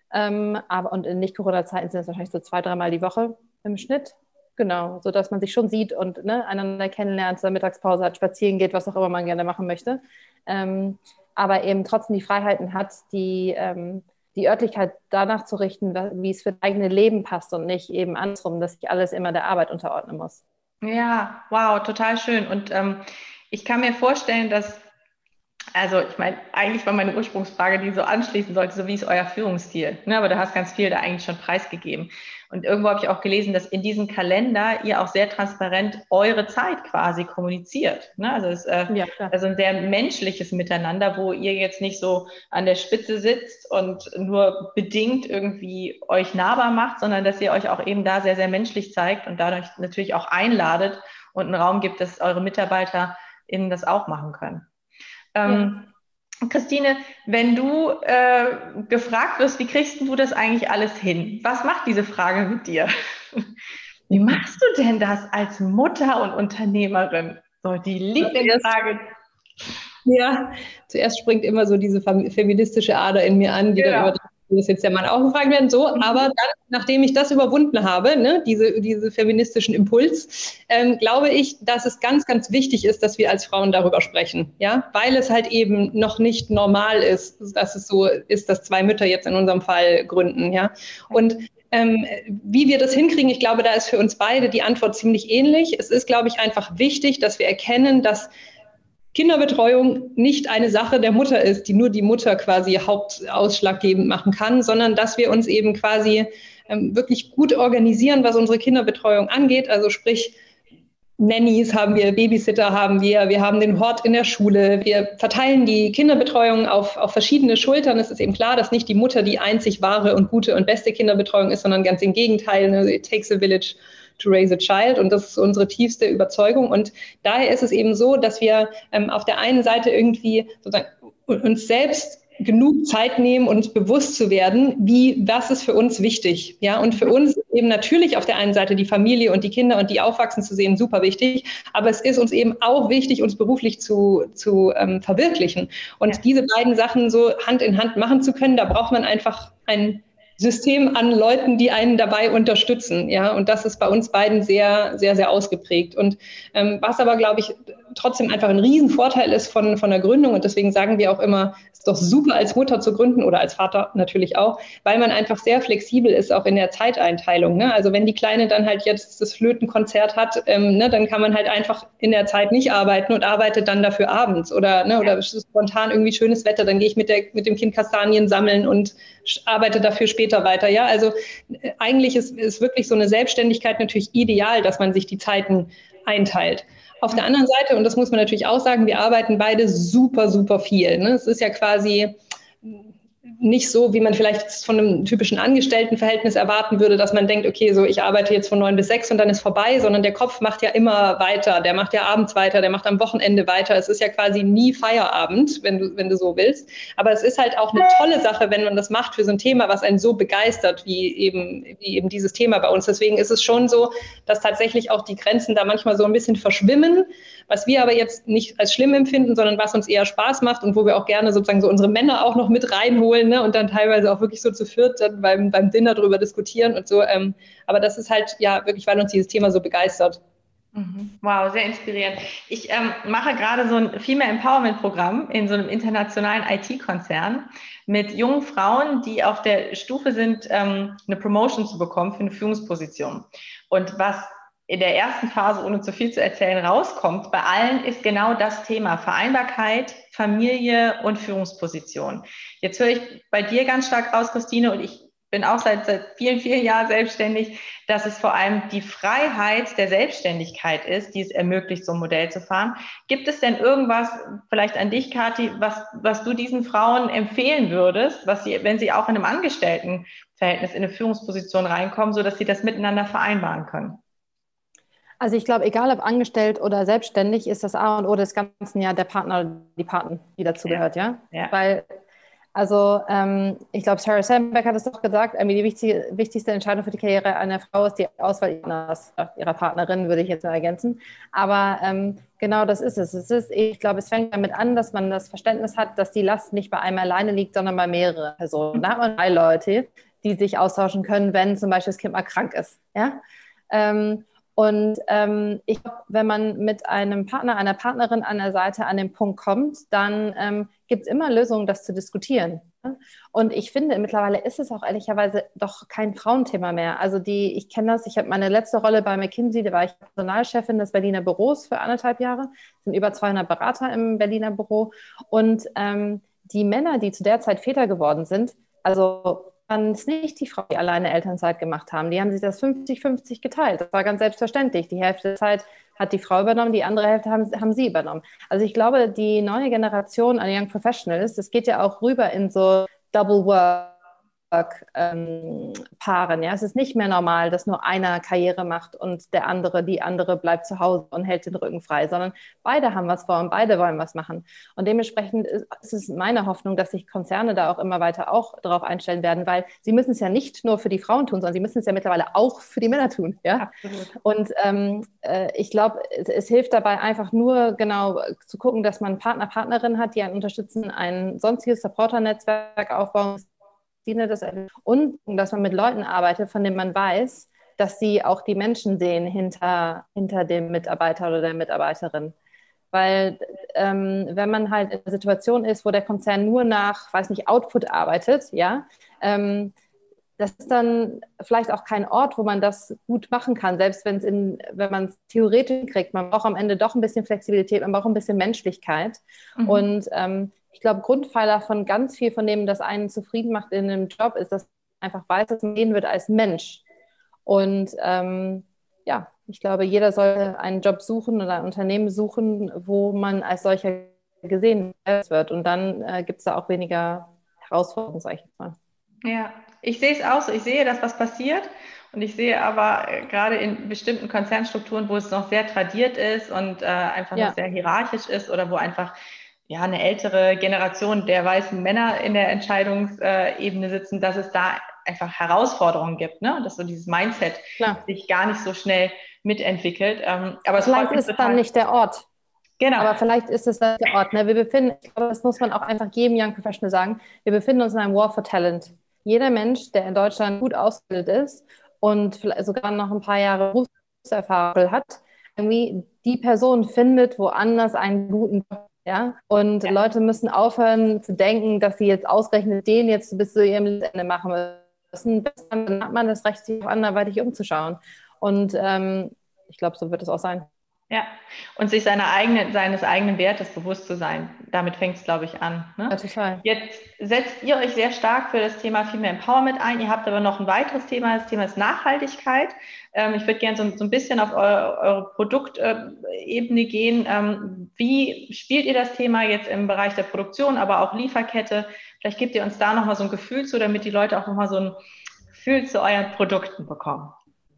Aber und in Nicht-Corona-Zeiten sind es wahrscheinlich so zwei, dreimal die Woche im Schnitt. Genau, so dass man sich schon sieht und ne, einander kennenlernt, zur Mittagspause hat, spazieren geht, was auch immer man gerne machen möchte. Ähm, aber eben trotzdem die Freiheiten hat, die, ähm, die Örtlichkeit danach zu richten, wie es für das eigene Leben passt und nicht eben andersrum, dass sich alles immer der Arbeit unterordnen muss. Ja, wow, total schön. Und ähm, ich kann mir vorstellen, dass Also ich meine, eigentlich war meine Ursprungsfrage, die so anschließen sollte, so wie ist euer Führungsstil? Ne, aber du hast ganz viel da eigentlich schon preisgegeben. Und irgendwo habe ich auch gelesen, dass in diesem Kalender ihr auch sehr transparent eure Zeit quasi kommuniziert. Ne? Also es ist äh, ja, also ein sehr menschliches Miteinander, wo ihr jetzt nicht so an der Spitze sitzt und nur bedingt irgendwie euch nahbar macht, sondern dass ihr euch auch eben da sehr, sehr menschlich zeigt und dadurch natürlich auch einladet und einen Raum gibt, dass eure MitarbeiterInnen das auch machen können. Ähm, ja. Christine, wenn du äh, gefragt wirst, wie kriegst du das eigentlich alles hin? Was macht diese Frage mit dir? Wie machst du denn das als Mutter und Unternehmerin? So, die Lieblingsfrage. Ja, zuerst springt immer so diese feministische Ader in mir an, die genau. dann über das jetzt der Mann auch gefragt werden, so, aber dann, nachdem ich das überwunden habe, ne, diese, diese feministischen Impuls, ähm, glaube ich, dass es ganz, ganz wichtig ist, dass wir als Frauen darüber sprechen, ja, weil es halt eben noch nicht normal ist, dass es so ist, dass zwei Mütter jetzt in unserem Fall gründen, ja, und ähm, wie wir das hinkriegen, ich glaube, da ist für uns beide die Antwort ziemlich ähnlich. Es ist, glaube ich, einfach wichtig, dass wir erkennen, dass Kinderbetreuung nicht eine Sache der Mutter ist, die nur die Mutter quasi hauptausschlaggebend machen kann, sondern dass wir uns eben quasi ähm, wirklich gut organisieren, was unsere Kinderbetreuung angeht. Also sprich, Nannies haben wir, Babysitter haben wir, wir haben den Hort in der Schule, wir verteilen die Kinderbetreuung auf, auf verschiedene Schultern. Es ist eben klar, dass nicht die Mutter die einzig wahre und gute und beste Kinderbetreuung ist, sondern ganz im Gegenteil, ne? It takes a village to raise a child, und das ist unsere tiefste Überzeugung. Und daher ist es eben so, dass wir ähm, auf der einen Seite irgendwie sozusagen uns selbst genug Zeit nehmen, uns bewusst zu werden, wie, was ist für uns wichtig, ja, und für uns eben natürlich auf der einen Seite die Familie und die Kinder und die aufwachsen zu sehen, super wichtig, aber es ist uns eben auch wichtig, uns beruflich zu, zu ähm, verwirklichen, und ja. diese beiden Sachen so Hand in Hand machen zu können, da braucht man einfach ein System an Leuten, die einen dabei unterstützen, ja, und das ist bei uns beiden sehr, sehr, sehr ausgeprägt. Und ähm, was aber, glaube ich, trotzdem einfach ein Riesenvorteil ist von, von der Gründung, und deswegen sagen wir auch immer, es ist doch super, als Mutter zu gründen oder als Vater natürlich auch, weil man einfach sehr flexibel ist, auch in der Zeiteinteilung, ne? Also wenn die Kleine dann halt jetzt das Flötenkonzert hat, ähm, ne, dann kann man halt einfach in der Zeit nicht arbeiten und arbeitet dann dafür abends, oder, ne, oder es ist spontan irgendwie schönes Wetter, dann gehe ich mit, der, mit dem Kind Kastanien sammeln und arbeite dafür später weiter, ja, also äh, eigentlich ist, ist wirklich so eine Selbstständigkeit natürlich ideal, dass man sich die Zeiten einteilt. Auf der anderen Seite, und das muss man natürlich auch sagen, wir arbeiten beide super, super viel. Ne? Es ist ja quasi nicht so, wie man vielleicht von einem typischen Angestelltenverhältnis erwarten würde, dass man denkt, okay, so ich arbeite jetzt von neun bis sechs und dann ist vorbei, sondern der Kopf macht ja immer weiter, der macht ja abends weiter, der macht am Wochenende weiter. Es ist ja quasi nie Feierabend, wenn du, wenn du so willst. Aber es ist halt auch eine tolle Sache, wenn man das macht für so ein Thema, was einen so begeistert, wie eben, wie eben dieses Thema bei uns. Deswegen ist es schon so, dass tatsächlich auch die Grenzen da manchmal so ein bisschen verschwimmen, was wir aber jetzt nicht als schlimm empfinden, sondern was uns eher Spaß macht und wo wir auch gerne sozusagen so unsere Männer auch noch mit reinholen, ne, und dann teilweise auch wirklich so zu viert dann beim, beim Dinner drüber diskutieren und so. Ähm, aber das ist halt ja wirklich, weil uns dieses Thema so begeistert. Wow, sehr inspirierend. Ich ähm, mache gerade so ein Female Empowerment Programm in so einem internationalen I T-Konzern mit jungen Frauen, die auf der Stufe sind, ähm, eine Promotion zu bekommen für eine Führungsposition. Und was in der ersten Phase, ohne zu viel zu erzählen, rauskommt bei allen, ist genau das Thema Vereinbarkeit, Familie und Führungsposition. Jetzt höre ich bei dir ganz stark raus, Christine, und ich bin auch seit, seit vielen, vielen Jahren selbstständig, dass es vor allem die Freiheit der Selbstständigkeit ist, die es ermöglicht, so ein Modell zu fahren. Gibt es denn irgendwas, vielleicht an dich, Kathi, was, was du diesen Frauen empfehlen würdest, was sie, wenn sie auch in einem Angestelltenverhältnis in eine Führungsposition reinkommen, sodass sie das miteinander vereinbaren können? Also ich glaube, egal ob angestellt oder selbstständig, ist das A und O des Ganzen ja der Partner oder die Partnerin, die dazugehört, ja? ja? ja. Weil, also ähm, ich glaube, Sarah Sandberg hat es doch gesagt, irgendwie die wichtige, wichtigste Entscheidung für die Karriere einer Frau ist die Auswahl ihrer Partnerin, würde ich jetzt mal ergänzen. Aber ähm, genau das ist es. es ist, ich glaube, es fängt damit an, dass man das Verständnis hat, dass die Last nicht bei einem alleine liegt, sondern bei mehreren Personen. Da hat man drei Leute, die sich austauschen können, wenn zum Beispiel das Kind mal krank ist, ja? Ähm, Und ähm, ich glaube, wenn man mit einem Partner, einer Partnerin an der Seite an den Punkt kommt, dann ähm, gibt es immer Lösungen, das zu diskutieren. Und ich finde, mittlerweile ist es auch ehrlicherweise doch kein Frauenthema mehr. Also die, ich kenne das, ich habe meine letzte Rolle bei McKinsey, da war ich Personalchefin des Berliner Büros für anderthalb Jahre. Es sind über zweihundert Berater im Berliner Büro. Und ähm, die Männer, die zu der Zeit Väter geworden sind, also waren es nicht die Frauen, die alleine Elternzeit gemacht haben. Die haben sich das fünfzig fünfzig geteilt. Das war ganz selbstverständlich. Die Hälfte der Zeit hat die Frau übernommen, die andere Hälfte haben, haben sie übernommen. Also ich glaube, die neue Generation an Young Professionals, das geht ja auch rüber in so Double Work. Ähm, Paaren. Ja? Es ist nicht mehr normal, dass nur einer Karriere macht und der andere, die andere bleibt zu Hause und hält den Rücken frei, sondern beide haben was vor und beide wollen was machen. Und dementsprechend ist, ist es meine Hoffnung, dass sich Konzerne da auch immer weiter auch darauf einstellen werden, weil sie müssen es ja nicht nur für die Frauen tun, sondern sie müssen es ja mittlerweile auch für die Männer tun. Ja? Absolut. Und ähm, äh, ich glaube, es, es hilft dabei einfach nur genau zu gucken, dass man Partner, Partnerin hat, die einen unterstützen, ein sonstiges Supporter-Netzwerk aufbauen, das und dass man mit Leuten arbeitet, von denen man weiß, dass sie auch die Menschen sehen hinter, hinter dem Mitarbeiter oder der Mitarbeiterin. Weil ähm, wenn man halt in einer Situation ist, wo der Konzern nur nach, weiß nicht, Output arbeitet, ja, ähm, das ist dann vielleicht auch kein Ort, wo man das gut machen kann, selbst wenn es in, wenn man es theoretisch kriegt. Man braucht am Ende doch ein bisschen Flexibilität, man braucht ein bisschen Menschlichkeit. Mhm. Und ähm, ich glaube, Grundpfeiler von ganz viel von dem, das einen zufrieden macht in einem Job, ist, dass man einfach weiß, dass man sehen wird als Mensch. Und ähm, ja, ich glaube, jeder sollte einen Job suchen oder ein Unternehmen suchen, wo man als solcher gesehen wird. Und dann äh, gibt es da auch weniger Herausforderungen, sage ich jetzt mal. Ja, ich sehe es auch so. Ich sehe, dass was passiert. Und ich sehe aber äh, gerade in bestimmten Konzernstrukturen, wo es noch sehr tradiert ist und äh, einfach ja. noch sehr hierarchisch ist oder wo einfach ja, eine ältere Generation der weißen Männer in der Entscheidungsebene sitzen, dass es da einfach Herausforderungen gibt, ne? Dass so dieses Mindset Klar. sich gar nicht so schnell mitentwickelt. Ähm, aber vielleicht es ist total, dann nicht der Ort. Genau. Aber vielleicht ist es dann der Ort. Ne? Wir befinden, ich glaube, das muss man auch einfach jedem Young Professional sagen, wir befinden uns in einem War for Talent. Jeder Mensch, der in Deutschland gut ausgebildet ist und vielleicht sogar noch ein paar Jahre Berufserfahrung hat, irgendwie die Person findet woanders einen guten Job. Ja? Und ja. Leute müssen aufhören zu denken, dass sie jetzt ausgerechnet den jetzt bis zu ihrem Lebensende machen müssen. Dann hat man das Recht, sich auch anderweitig umzuschauen. Und ähm, ich glaube, so wird es auch sein. Ja, und sich seiner eigenen, seines eigenen Wertes bewusst zu sein. Damit fängt es, glaube ich, an. Ne? Ja, total. Jetzt setzt ihr euch sehr stark für das Thema Female Empowerment ein. Ihr habt aber noch ein weiteres Thema, das Thema ist Nachhaltigkeit. Ähm, ich würde gerne so, so ein bisschen auf eure, eure Produktebene gehen. Ähm, wie spielt ihr das Thema jetzt im Bereich der Produktion, aber auch Lieferkette? Vielleicht gebt ihr uns da nochmal so ein Gefühl zu, damit die Leute auch nochmal so ein Gefühl zu euren Produkten bekommen.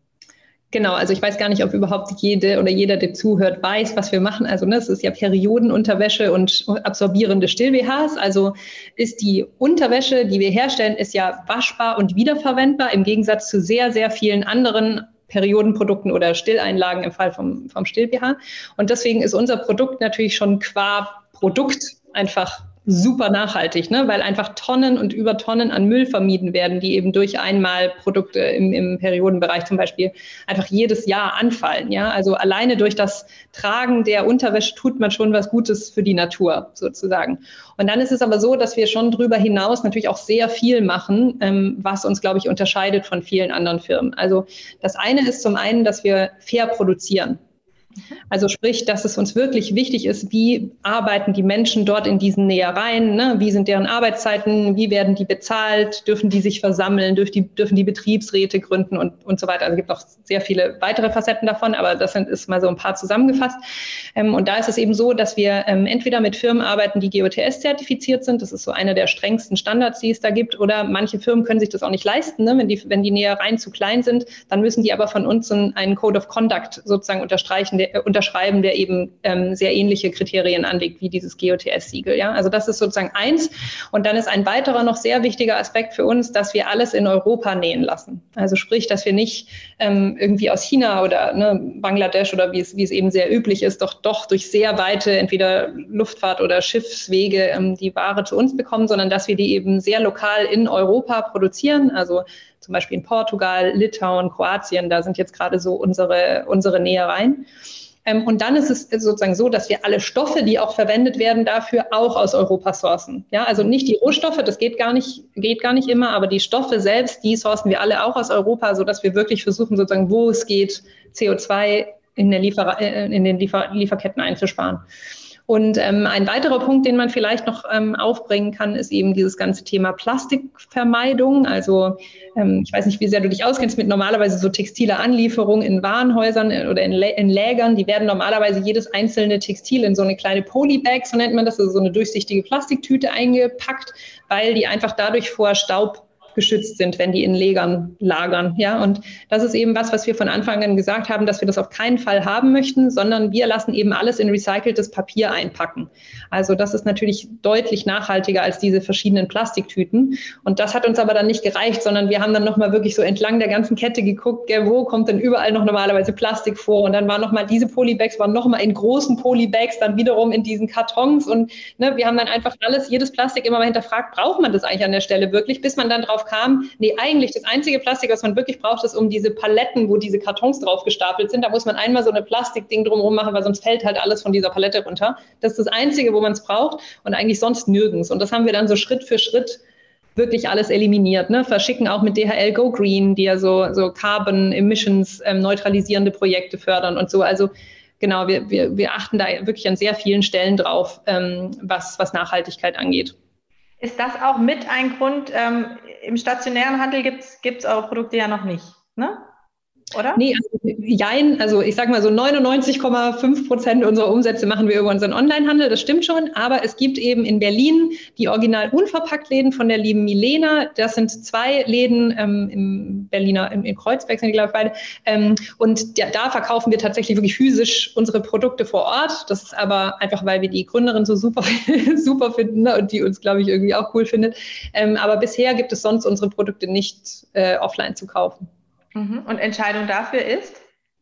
Genau, also ich weiß gar nicht, ob überhaupt jede oder jeder, der zuhört, weiß, was wir machen. Also ne, es ist ja Periodenunterwäsche und absorbierende Still-B Hs. Also ist die Unterwäsche, die wir herstellen, ist ja waschbar und wiederverwendbar im Gegensatz zu sehr, sehr vielen anderen Periodenprodukten oder Stilleinlagen im Fall vom, vom Still-B H. Und deswegen ist unser Produkt natürlich schon qua Produkt einfach super nachhaltig, ne? Weil einfach Tonnen und über Tonnen an Müll vermieden werden, die eben durch Einmalprodukte im, im Periodenbereich zum Beispiel einfach jedes Jahr anfallen. Ja? Also alleine durch das Tragen der Unterwäsche tut man schon was Gutes für die Natur sozusagen. Und dann ist es aber so, dass wir schon darüber hinaus natürlich auch sehr viel machen, ähm, was uns, glaube ich, unterscheidet von vielen anderen Firmen. Also das eine ist zum einen, dass wir fair produzieren. Also sprich, dass es uns wirklich wichtig ist, wie arbeiten die Menschen dort in diesen Nähereien, ne? Wie sind deren Arbeitszeiten, wie werden die bezahlt, dürfen die sich versammeln, dürfen die, dürfen die Betriebsräte gründen und, und so weiter. Also es gibt noch sehr viele weitere Facetten davon, aber das sind, ist mal so ein paar zusammengefasst. Ähm, und da ist es eben so, dass wir ähm, entweder mit Firmen arbeiten, die G O T S-zertifiziert sind, das ist so einer der strengsten Standards, die es da gibt, oder manche Firmen können sich das auch nicht leisten, ne? Wenn die, wenn die Nähereien zu klein sind, dann müssen die aber von uns einen, einen Code of Conduct sozusagen unterstreichen, der, äh, unterschreiben, der eben ähm, sehr ähnliche Kriterien anlegt wie dieses G O T S-Siegel. Ja? Also das ist sozusagen eins. Und dann ist ein weiterer noch sehr wichtiger Aspekt für uns, dass wir alles in Europa nähen lassen. Also sprich, dass wir nicht ähm, irgendwie aus China oder ne, Bangladesch oder wie es, wie es eben sehr üblich ist, doch, doch durch sehr weite entweder Luftfahrt- oder Schiffswege ähm, die Ware zu uns bekommen, sondern dass wir die eben sehr lokal in Europa produzieren. Also zum Beispiel in Portugal, Litauen, Kroatien, da sind jetzt gerade so unsere, unsere Nähereien. Ähm, und dann ist es sozusagen so, dass wir alle Stoffe, die auch verwendet werden, dafür auch aus Europa sourcen. Ja, also nicht die Rohstoffe, das geht gar nicht, geht gar nicht immer, aber die Stoffe selbst, die sourcen wir alle auch aus Europa, sodass wir wirklich versuchen, sozusagen, wo es geht, C O zwei in, der Liefer, in den Liefer, Lieferketten einzusparen. Und ähm, ein weiterer Punkt, den man vielleicht noch ähm, aufbringen kann, ist eben dieses ganze Thema Plastikvermeidung. Also ähm, ich weiß nicht, wie sehr du dich auskennst mit normalerweise so textile Anlieferungen in Warenhäusern oder in, Lä in Lägern. Die werden normalerweise jedes einzelne Textil in so eine kleine Polybag, so nennt man das, also so eine durchsichtige Plastiktüte eingepackt, weil die einfach dadurch vor Staub geschützt sind, wenn die in Lägern lagern. Ja, und das ist eben was, was wir von Anfang an gesagt haben, dass wir das auf keinen Fall haben möchten, sondern wir lassen eben alles in recyceltes Papier einpacken. Also das ist natürlich deutlich nachhaltiger als diese verschiedenen Plastiktüten. Und das hat uns aber dann nicht gereicht, sondern wir haben dann nochmal wirklich so entlang der ganzen Kette geguckt, gell, wo kommt denn überall noch normalerweise Plastik vor? Und dann waren nochmal diese Polybags, waren nochmal in großen Polybags, dann wiederum in diesen Kartons. Und ne, wir haben dann einfach alles, jedes Plastik immer mal hinterfragt, braucht man das eigentlich an der Stelle wirklich, bis man dann drauf kam, nee, eigentlich das einzige Plastik, was man wirklich braucht, ist um diese Paletten, wo diese Kartons drauf gestapelt sind, da muss man einmal so eine Plastikding drumherum machen, weil sonst fällt halt alles von dieser Palette runter. Das ist das Einzige, wo man es braucht und eigentlich sonst nirgends. Und das haben wir dann so Schritt für Schritt wirklich alles eliminiert. Ne? Verschicken auch mit D H L Go Green, die ja so, so Carbon Emissions ähm, neutralisierende Projekte fördern und so. Also genau, wir, wir, wir achten da wirklich an sehr vielen Stellen drauf, ähm, was, was Nachhaltigkeit angeht. Ist das auch mit ein Grund, ähm, im stationären Handel gibt es eure Produkte ja noch nicht, ne? Oder? Nee, also, jein, also ich sage mal so neunundneunzig Komma fünf Prozent unserer Umsätze machen wir über unseren Onlinehandel, das stimmt schon, aber es gibt eben in Berlin die original unverpackt Läden von der lieben Milena, das sind zwei Läden ähm, im Berliner, im, im Kreuzberg sind die, glaube ich, beide, ähm, und da, da verkaufen wir tatsächlich wirklich physisch unsere Produkte vor Ort, das ist aber einfach, weil wir die Gründerin so super, super finden, ne, und die uns, glaube ich, irgendwie auch cool findet, ähm, aber bisher gibt es sonst unsere Produkte nicht äh, offline zu kaufen. Und Entscheidung dafür ist?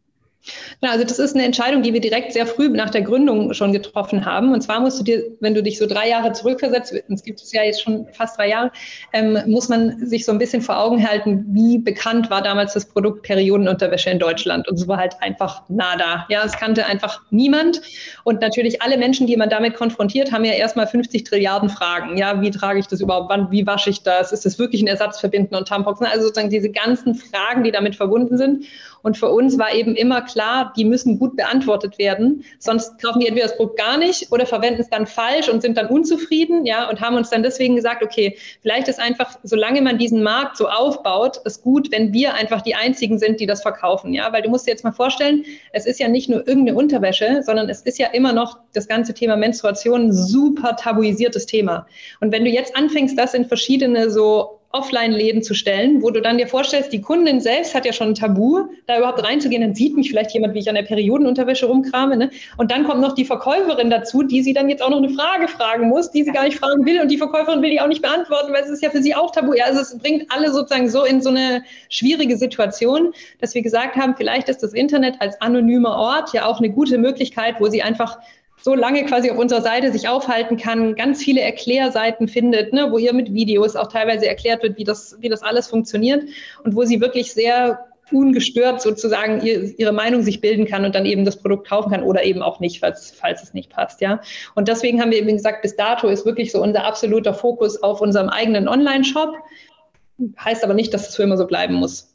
Ja, also das ist eine Entscheidung, die wir direkt sehr früh nach der Gründung schon getroffen haben. Und zwar musst du dir, wenn du dich so drei Jahre zurückversetzt, es gibt es ja jetzt schon fast drei Jahre, ähm, muss man sich so ein bisschen vor Augen halten, wie bekannt war damals das Produkt Periodenunterwäsche in Deutschland. Und es war halt einfach nada. Ja, es kannte einfach niemand. Und natürlich alle Menschen, die man damit konfrontiert, haben ja erstmal fünfzig Trilliarden Fragen. Ja, wie trage ich das überhaupt? Wann, wie wasche ich das? Ist das wirklich ein Ersatz für Binden und Tampons? Also sozusagen diese ganzen Fragen, die damit verbunden sind. Und für uns war eben immer klar, die müssen gut beantwortet werden, sonst kaufen die entweder das Produkt gar nicht oder verwenden es dann falsch und sind dann unzufrieden, ja, und haben uns dann deswegen gesagt, okay, vielleicht ist einfach, solange man diesen Markt so aufbaut, ist gut, wenn wir einfach die Einzigen sind, die das verkaufen, ja, weil du musst dir jetzt mal vorstellen, es ist ja nicht nur irgendeine Unterwäsche, sondern es ist ja immer noch das ganze Thema Menstruation ein super tabuisiertes Thema. Und wenn du jetzt anfängst, das in verschiedene so Offline-Läden zu stellen, wo du dann dir vorstellst, die Kundin selbst hat ja schon ein Tabu, da überhaupt reinzugehen, dann sieht mich vielleicht jemand, wie ich an der Periodenunterwäsche rumkrame, ne? Und dann kommt noch die Verkäuferin dazu, die sie dann jetzt auch noch eine Frage fragen muss, die sie gar nicht fragen will und die Verkäuferin will die auch nicht beantworten, weil es ist ja für sie auch Tabu. Ja, also es bringt alle sozusagen so in so eine schwierige Situation, dass wir gesagt haben, vielleicht ist das Internet als anonymer Ort ja auch eine gute Möglichkeit, wo sie einfach so lange quasi auf unserer Seite sich aufhalten kann, ganz viele Erklärseiten findet, ne, wo ihr mit Videos auch teilweise erklärt wird, wie das, wie das alles funktioniert und wo sie wirklich sehr ungestört sozusagen ihr, ihre Meinung sich bilden kann und dann eben das Produkt kaufen kann oder eben auch nicht, falls, falls es nicht passt, ja. Und deswegen haben wir eben gesagt, bis dato ist wirklich so unser absoluter Fokus auf unserem eigenen Online-Shop. Heißt aber nicht, dass es für immer so bleiben muss.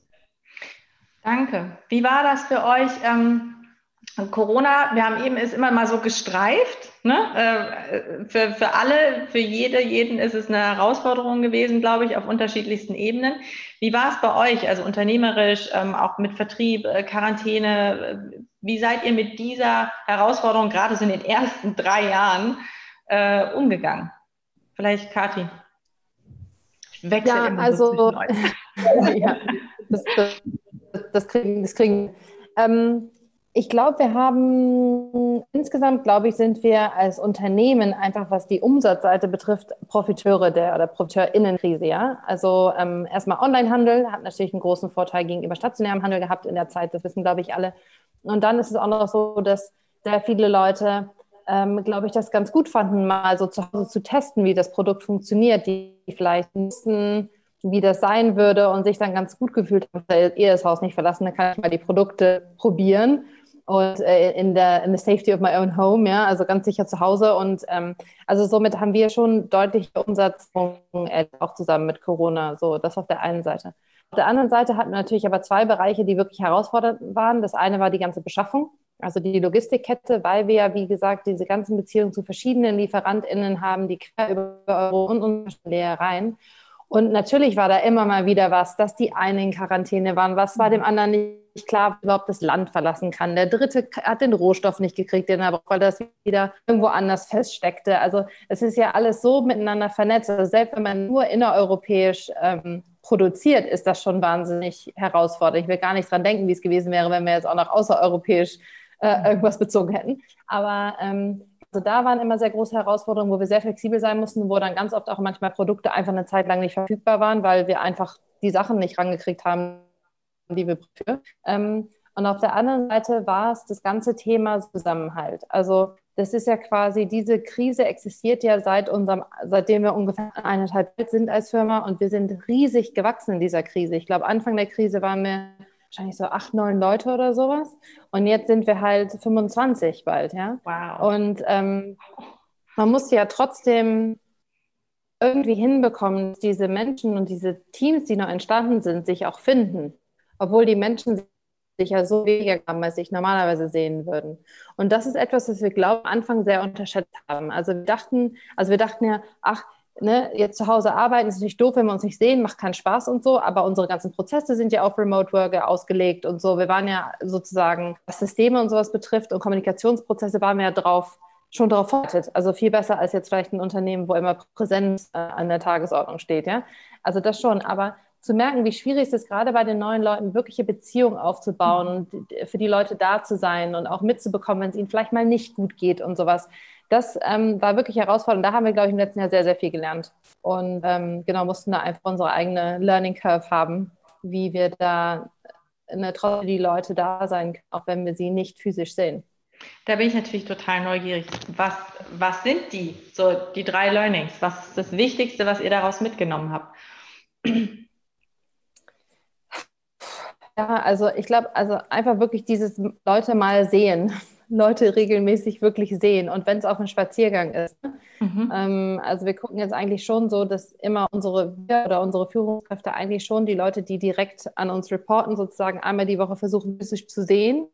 Danke. Wie war das für euch? Ähm Corona, wir haben eben, ist immer mal so gestreift, ne? Äh, für, für alle, für jede, jeden ist es eine Herausforderung gewesen, glaube ich, auf unterschiedlichsten Ebenen. Wie war es bei euch, also unternehmerisch, ähm, auch mit Vertrieb, äh, Quarantäne? Wie seid ihr mit dieser Herausforderung gerade so in den ersten drei Jahren äh, umgegangen? Vielleicht Kathi. Ich wechsle ja, immer also, so zwischen euch. ja, das, das, das kriegen, das kriegen. Ähm, Ich glaube, wir haben insgesamt, glaube ich, sind wir als Unternehmen einfach, was die Umsatzseite betrifft, Profiteure der oder ProfiteurInnenkrise, ja. Also ähm, erstmal Onlinehandel hat natürlich einen großen Vorteil gegenüber stationärem Handel gehabt in der Zeit, das wissen, glaube ich, alle. Und dann ist es auch noch so, dass sehr viele Leute, ähm, glaube ich, das ganz gut fanden, mal so zu Hause zu testen, wie das Produkt funktioniert, die vielleicht wussten, wie das sein würde und sich dann ganz gut gefühlt haben, weil ihr das Haus nicht verlassen, dann kann ich mal die Produkte probieren. Und äh, in der in the safety of my own home, ja, also ganz sicher zu Hause. Und ähm, also somit haben wir schon deutliche Umsatzsprung, äh, auch zusammen mit Corona. So, das auf der einen Seite. Auf der anderen Seite hatten wir natürlich aber zwei Bereiche, die wirklich herausfordernd waren. Das eine war die ganze Beschaffung, also die Logistikkette, weil wir ja, wie gesagt, diese ganzen Beziehungen zu verschiedenen LieferantInnen haben, die quer über Euro und unsere Nähereien. Und natürlich war da immer mal wieder was, dass die einen in Quarantäne waren, was war dem anderen nicht klar, überhaupt das Land verlassen kann. Der dritte hat den Rohstoff nicht gekriegt, den er braucht, weil das wieder irgendwo anders feststeckte. Also es ist ja alles so miteinander vernetzt. Also selbst wenn man nur innereuropäisch ähm, produziert, ist das schon wahnsinnig herausfordernd. Ich will gar nicht dran denken, wie es gewesen wäre, wenn wir jetzt auch noch außereuropäisch äh, irgendwas bezogen hätten. Aber ähm, also da waren immer sehr große Herausforderungen, wo wir sehr flexibel sein mussten, wo dann ganz oft auch manchmal Produkte einfach eine Zeit lang nicht verfügbar waren, weil wir einfach die Sachen nicht rangekriegt haben, die wir brauchen. Ähm, und auf der anderen Seite war es das ganze Thema Zusammenhalt. Also das ist ja quasi, diese Krise existiert ja seit unserem, seitdem wir ungefähr eineinhalb alt sind als Firma und wir sind riesig gewachsen in dieser Krise. Ich glaube, Anfang der Krise waren wir wahrscheinlich so acht, neun Leute oder sowas. Und jetzt sind wir halt fünfundzwanzig bald, ja. Wow. Und ähm, man muss ja trotzdem irgendwie hinbekommen, dass diese Menschen und diese Teams, die noch entstanden sind, sich auch finden. Obwohl die Menschen sich ja so weniger haben, als sich normalerweise sehen würden. Und das ist etwas, was wir, glaube ich, am Anfang sehr unterschätzt haben. Also wir dachten, also wir dachten ja, ach, Ne, jetzt zu Hause arbeiten ist natürlich doof, wenn wir uns nicht sehen, macht keinen Spaß und so, aber unsere ganzen Prozesse sind ja auf Remote Work ausgelegt und so. Wir waren ja sozusagen, was Systeme und sowas betrifft und Kommunikationsprozesse, waren wir ja drauf, schon darauf vorbereitet. Also viel besser als jetzt vielleicht ein Unternehmen, wo immer Präsenz äh, an der Tagesordnung steht. Ja? Also das schon, aber zu merken, wie schwierig es ist, gerade bei den neuen Leuten wirkliche Beziehungen aufzubauen und für die Leute da zu sein und auch mitzubekommen, wenn es ihnen vielleicht mal nicht gut geht und sowas. Das ähm, war wirklich herausfordernd. Da haben wir, glaube ich, im letzten Jahr sehr, sehr viel gelernt. Und ähm, genau, mussten da einfach unsere eigene Learning Curve haben, wie wir da ne, trotzdem die Leute da sein können, auch wenn wir sie nicht physisch sehen. Da bin ich natürlich total neugierig. Was, was sind die, so die drei Learnings? Was ist das Wichtigste, was ihr daraus mitgenommen habt? Ja, also ich glaube, also einfach wirklich dieses Leute mal sehen. Leute regelmäßig wirklich sehen und wenn es auf einem Spaziergang ist. Mhm. Ähm, also wir gucken jetzt eigentlich schon so, dass immer unsere oder unsere Führungskräfte eigentlich schon die Leute, die direkt an uns reporten, sozusagen einmal die Woche versuchen, physisch zu sehen,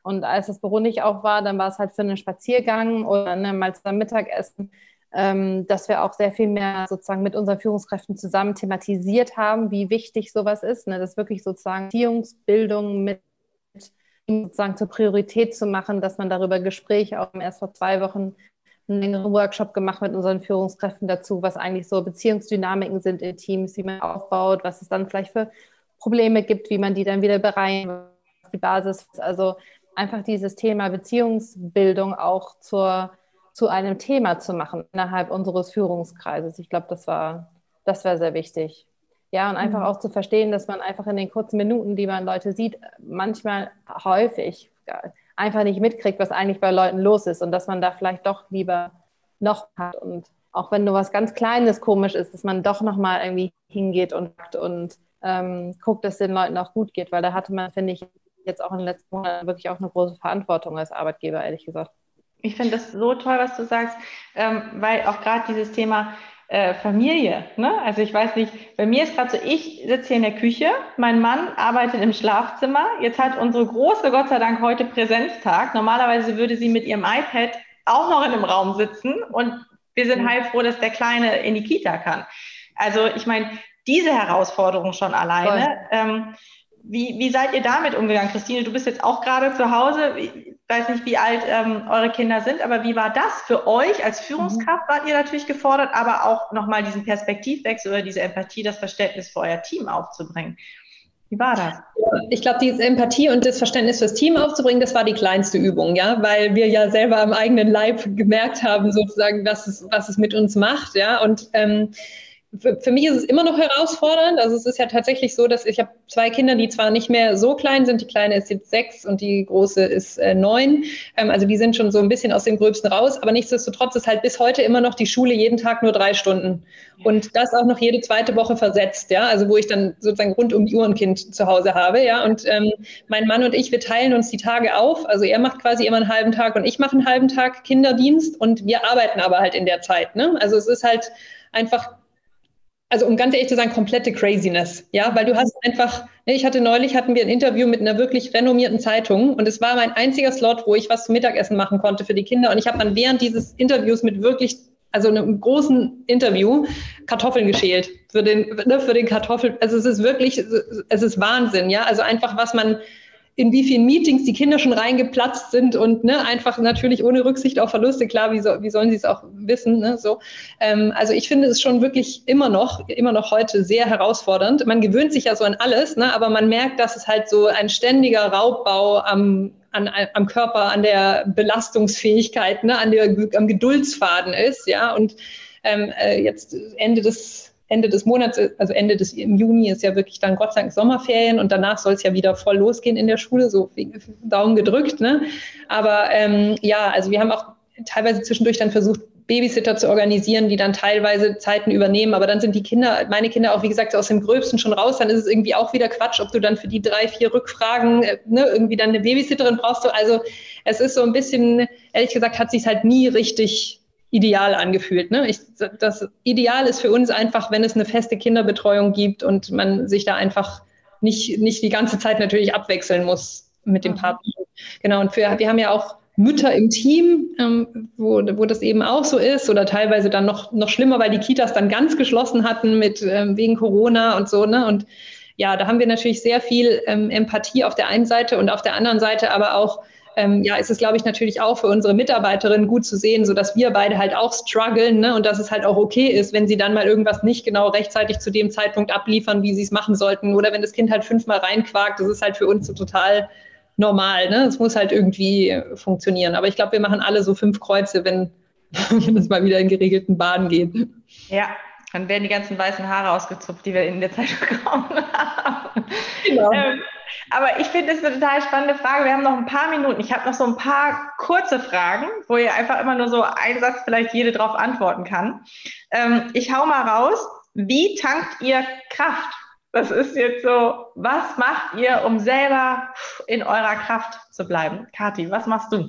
Und als das Büro nicht auf war, dann war es halt für einen Spaziergang oder ne, mal zum Mittagessen, ähm, dass wir auch sehr viel mehr sozusagen mit unseren Führungskräften zusammen thematisiert haben, wie wichtig sowas ist, ne, das wirklich sozusagen Beziehungsbildung mit sozusagen zur Priorität zu machen, dass man darüber Gespräche, auch erst vor zwei Wochen einen längeren Workshop gemacht mit unseren Führungskräften dazu, was eigentlich so Beziehungsdynamiken sind in Teams, wie man aufbaut, was es dann vielleicht für Probleme gibt, wie man die dann wieder bereinigt, die Basis, also einfach dieses Thema Beziehungsbildung auch zur, zu einem Thema zu machen innerhalb unseres Führungskreises. Ich glaube, das war, das war sehr wichtig. Ja, und einfach auch zu verstehen, dass man einfach in den kurzen Minuten, die man Leute sieht, manchmal häufig einfach nicht mitkriegt, was eigentlich bei Leuten los ist und dass man da vielleicht doch lieber noch hat. Und auch wenn nur was ganz Kleines komisch ist, dass man doch nochmal irgendwie hingeht und, und ähm, guckt, dass es den Leuten auch gut geht, weil da hatte man, finde ich, jetzt auch in den letzten Monaten wirklich auch eine große Verantwortung als Arbeitgeber, ehrlich gesagt. Ich finde das so toll, was du sagst, ähm, weil auch gerade dieses Thema äh, Familie, ne? Also ich weiß nicht, bei mir ist gerade so, ich sitze hier in der Küche, mein Mann arbeitet im Schlafzimmer, jetzt hat unsere Große Gott sei Dank heute Präsenztag, normalerweise würde sie mit ihrem iPad auch noch in einem Raum sitzen und wir sind heilfroh, dass der Kleine in die Kita kann. Also ich meine, diese Herausforderung schon alleine, ähm, Wie, wie seid ihr damit umgegangen? Christine, du bist jetzt auch gerade zu Hause. Ich weiß nicht, wie alt ähm, eure Kinder sind, aber wie war das für euch als Führungskraft? Wart ihr natürlich gefordert, aber auch nochmal diesen Perspektivwechsel oder diese Empathie, das Verständnis für euer Team aufzubringen. Wie war das? Ich glaube, die Empathie und das Verständnis fürs Team aufzubringen, das war die kleinste Übung, ja, weil wir ja selber am eigenen Leib gemerkt haben, sozusagen, was es, was es mit uns macht, ja, und ähm, Für, für mich ist es immer noch herausfordernd. Also es ist ja tatsächlich so, dass ich habe zwei Kinder, die zwar nicht mehr so klein sind. Die Kleine ist jetzt sechs und die Große ist äh, neun. Ähm, also die sind schon so ein bisschen aus dem Gröbsten raus. Aber nichtsdestotrotz ist halt bis heute immer noch die Schule jeden Tag nur drei Stunden. Und das auch noch jede zweite Woche versetzt. Ja, also wo ich dann sozusagen rund um die Uhr ein Kind zu Hause habe. Ja, und ähm, mein Mann und ich, wir teilen uns die Tage auf. Also er macht quasi immer einen halben Tag und ich mache einen halben Tag Kinderdienst. Und wir arbeiten aber halt in der Zeit. Ne? Also es ist halt einfach, also um ganz ehrlich zu sagen, komplette Craziness, ja, weil du hast einfach, ne, ich hatte neulich, hatten wir ein Interview mit einer wirklich renommierten Zeitung und es war mein einziger Slot, wo ich was zum Mittagessen machen konnte für die Kinder und ich habe dann während dieses Interviews mit wirklich, also einem großen Interview, Kartoffeln geschält für den, ne, für den Kartoffel, also es ist wirklich, es ist Wahnsinn, ja, also einfach, was man, in wie vielen Meetings die Kinder schon reingeplatzt sind und ne, einfach natürlich ohne Rücksicht auf Verluste, klar, wie, so, wie sollen sie es auch wissen, ne, so. Ähm, also ich finde es schon wirklich immer noch, immer noch heute sehr herausfordernd. Man gewöhnt sich ja so an alles, ne, aber man merkt, dass es halt so ein ständiger Raubbau am, an, am Körper, an der Belastungsfähigkeit, ne, an der, am Geduldsfaden ist, ja, und ähm, äh, jetzt Ende des Ende des Monats, also Ende des im Juni ist ja wirklich dann Gott sei Dank Sommerferien und danach soll es ja wieder voll losgehen in der Schule, so Daumen gedrückt, ne? Aber ähm, ja, also wir haben auch teilweise zwischendurch dann versucht, Babysitter zu organisieren, die dann teilweise Zeiten übernehmen, aber dann sind die Kinder, meine Kinder auch, wie gesagt, aus dem Gröbsten schon raus, dann ist es irgendwie auch wieder Quatsch, ob du dann für die drei, vier Rückfragen äh, ne, irgendwie dann eine Babysitterin brauchst du, also es ist so ein bisschen, ehrlich gesagt, hat sich halt nie richtig ideal angefühlt. Ne? Ich, das Ideal ist für uns einfach, wenn es eine feste Kinderbetreuung gibt und man sich da einfach nicht, nicht die ganze Zeit natürlich abwechseln muss mit dem Partner. Genau, und für, wir haben ja auch Mütter im Team, ähm, wo, wo das eben auch so ist oder teilweise dann noch, noch schlimmer, weil die Kitas dann ganz geschlossen hatten mit ähm, wegen Corona und so. Ne? Und ja, da haben wir natürlich sehr viel ähm, Empathie auf der einen Seite und auf der anderen Seite aber auch Ähm, ja, ist es, glaube ich, natürlich auch für unsere Mitarbeiterinnen gut zu sehen, so dass wir beide halt auch strugglen, ne? Und dass es halt auch okay ist, wenn sie dann mal irgendwas nicht genau rechtzeitig zu dem Zeitpunkt abliefern, wie sie es machen sollten. Oder wenn das Kind halt fünfmal reinquakt, das ist halt für uns so total normal. Ne? Es muss halt irgendwie funktionieren. Aber ich glaube, wir machen alle so fünf Kreuze, wenn, wenn es mal wieder in geregelten Bahnen geht. Ja, dann werden die ganzen weißen Haare ausgezupft, die wir in der Zeit bekommen haben. Genau. Ähm, aber ich finde das eine total spannende Frage. Wir haben noch ein paar Minuten. Ich habe noch so ein paar kurze Fragen, wo ihr einfach immer nur so einen Satz vielleicht jede drauf antworten kann. Ähm, ich hau mal raus. Wie tankt ihr Kraft? Das ist jetzt so, was macht ihr, um selber in eurer Kraft zu bleiben? Kathi, was machst du?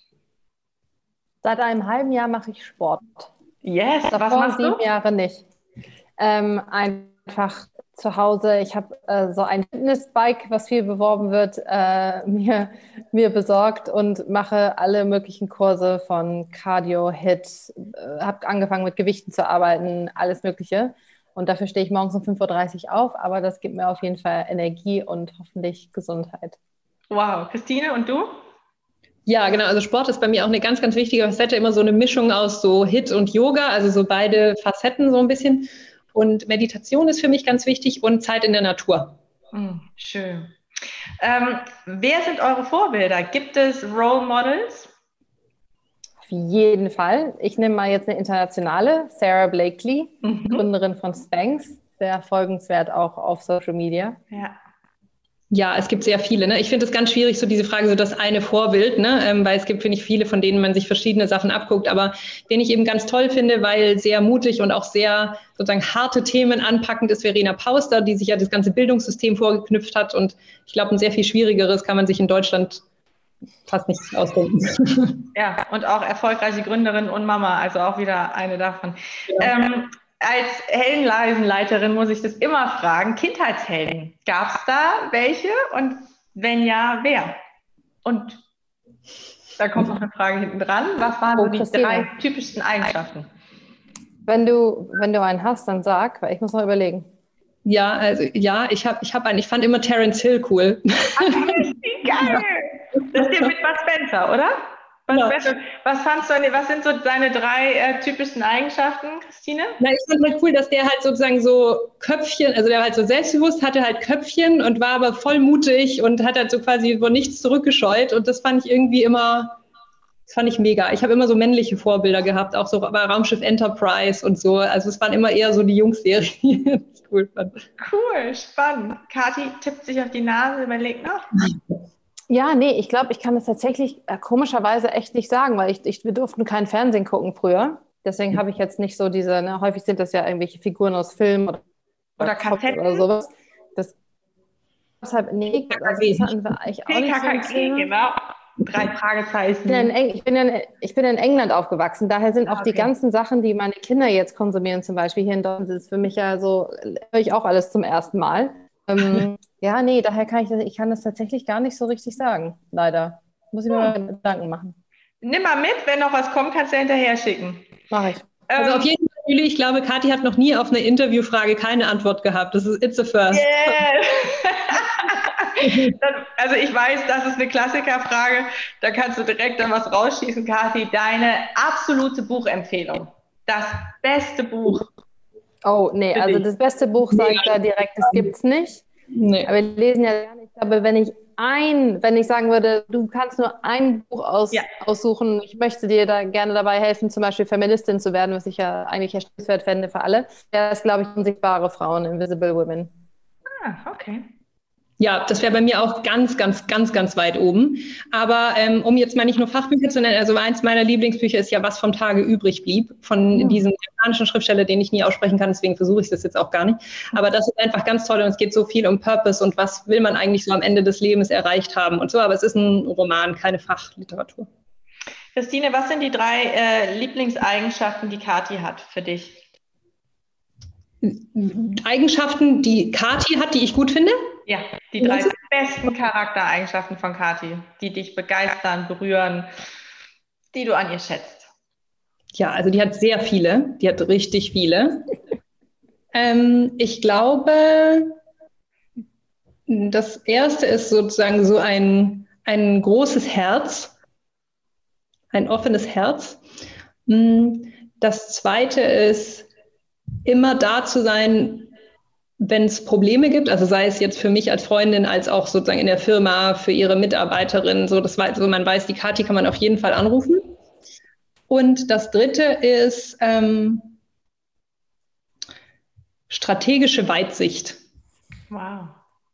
Seit einem halben Jahr mache ich Sport. Yes, Davor was machst sieben du? Jahre nicht. Ähm, einfach zu Hause. Ich habe äh, so ein Fitnessbike, was viel beworben wird, äh, mir, mir besorgt und mache alle möglichen Kurse von Cardio, Hit, äh, habe angefangen mit Gewichten zu arbeiten, alles Mögliche. Und dafür stehe ich morgens um fünf Uhr dreißig auf, aber das gibt mir auf jeden Fall Energie und hoffentlich Gesundheit. Wow, Christine, und du? Ja, genau. Also Sport ist bei mir auch eine ganz, ganz wichtige Facette, immer so eine Mischung aus so Hit und Yoga, also so beide Facetten so ein bisschen. Und Meditation ist für mich ganz wichtig und Zeit in der Natur. Hm, schön. Ähm, wer sind eure Vorbilder? Gibt es Role Models? Auf jeden Fall. Ich nehme mal jetzt eine internationale, Sarah Blakely, Mhm. Gründerin von Spanx, sehr folgenswert auch auf Social Media. Ja. Ja, es gibt sehr viele. Ne? Ich finde es ganz schwierig, so diese Frage, so das eine Vorbild, ne? ähm, weil es gibt, finde ich, viele, von denen man sich verschiedene Sachen abguckt. Aber den ich eben ganz toll finde, weil sehr mutig und auch sehr sozusagen harte Themen anpackend ist, Verena Pauster, die sich ja das ganze Bildungssystem vorgeknüpft hat. Und ich glaube, ein sehr viel schwierigeres kann man sich in Deutschland fast nicht ausdenken. Ja, und auch erfolgreiche Gründerin und Mama, also auch wieder eine davon. Ja. Ähm, als Heldenleisenleiterin muss ich das immer fragen, Kindheitshelden, gab es da welche und wenn ja, wer? Und da kommt noch eine Frage hinten dran, was waren Oh, so die Christine. drei typischsten Eigenschaften? Wenn du, wenn du einen hast, dann sag, weil ich muss noch überlegen. Ja, also ja, ich habe ich hab einen, ich fand immer Terence Hill cool. Wie geil! Das ist der mit Bud Spencer, oder? Bud Ja. Spencer. Was fandst du, was sind so deine drei äh, typischsten Eigenschaften, Christine? Na, ich fand halt cool, dass der halt sozusagen so Köpfchen, also der war halt so selbstbewusst, hatte halt Köpfchen und war aber voll mutig und hat halt so quasi vor nichts zurückgescheut. Und das fand ich irgendwie immer, das fand ich mega. Ich habe immer so männliche Vorbilder gehabt, auch so bei Raumschiff Enterprise und so. Also es waren immer eher so die Jungs-Serien, die ich cool fand. Cool, spannend. Kathi tippt sich auf die Nase, überlegt noch. Ja, nee, ich glaube, ich kann das tatsächlich äh, komischerweise echt nicht sagen, weil ich, ich, wir durften kein Fernsehen gucken früher. Deswegen habe ich jetzt nicht so diese, ne, häufig sind das ja irgendwelche Figuren aus Filmen oder, Oder Comics Kassetten. oder sowas. Das, deshalb, nee, also das hatten wir eigentlich auch nicht so ein P K K, Thema. genau. Drei Ich bin, Fragezeichen. in, Eng- ich, bin in, ich bin in England aufgewachsen, daher sind auch Ah, die okay. ganzen Sachen, die meine Kinder jetzt konsumieren, zum Beispiel hier in Deutschland, das ist für mich ja so, höre ich auch alles zum ersten Mal. Ähm, ja, nee, daher kann ich das, ich kann das tatsächlich gar nicht so richtig sagen, leider. Muss ich mir mal Gedanken machen. Nimm mal mit, wenn noch was kommt, kannst du hinterher schicken. Mache ich. Also Ähm, auf jeden Fall, Julie, ich glaube, Kathi hat noch nie auf eine Interviewfrage keine Antwort gehabt. Das ist it's a first. Yeah. Dann, also ich weiß, das ist eine Klassikerfrage. Da kannst du direkt dann was rausschießen, Kathi. Deine absolute Buchempfehlung. Das beste Buch. Oh, nee, Für also dich. das beste Buch sage ich da direkt, das gibt's nicht. Nee. Aber wir lesen ja gerne. Ich glaube, wenn ich ein, wenn ich sagen würde, du kannst nur ein Buch aus, Ja. aussuchen, ich möchte dir da gerne dabei helfen, zum Beispiel Feministin zu werden, was ich ja eigentlich erstrebenswert fände für alle, wäre es, glaube ich, Unsichtbare Frauen, Invisible Women. Ah, okay. Ja, das wäre bei mir auch ganz, ganz, ganz, ganz weit oben. Aber ähm, um jetzt mal nicht nur Fachbücher zu nennen, also eins meiner Lieblingsbücher ist ja Was vom Tage übrig blieb, von Mhm. diesem japanischen Schriftsteller, den ich nie aussprechen kann, deswegen versuche ich das jetzt auch gar nicht. Aber das ist einfach ganz toll und es geht so viel um Purpose und was will man eigentlich so am Ende des Lebens erreicht haben und so. Aber es ist ein Roman, keine Fachliteratur. Christine, was sind die drei äh, Lieblingseigenschaften, die Kathi hat für dich? Eigenschaften, die Kathi hat, die ich gut finde? Ja, die drei besten Charaktereigenschaften von Kathi, die dich begeistern, berühren, die du an ihr schätzt. Ja, also die hat sehr viele. Die hat richtig viele. ähm, ich glaube, das erste ist sozusagen so ein, ein großes Herz, ein offenes Herz. Das zweite ist, immer da zu sein, wenn es Probleme gibt, also sei es jetzt für mich als Freundin, als auch sozusagen in der Firma, für ihre Mitarbeiterin, so, das war, also man weiß, die Kathi kann man auf jeden Fall anrufen. Und das dritte ist ähm, strategische Weitsicht. Wow.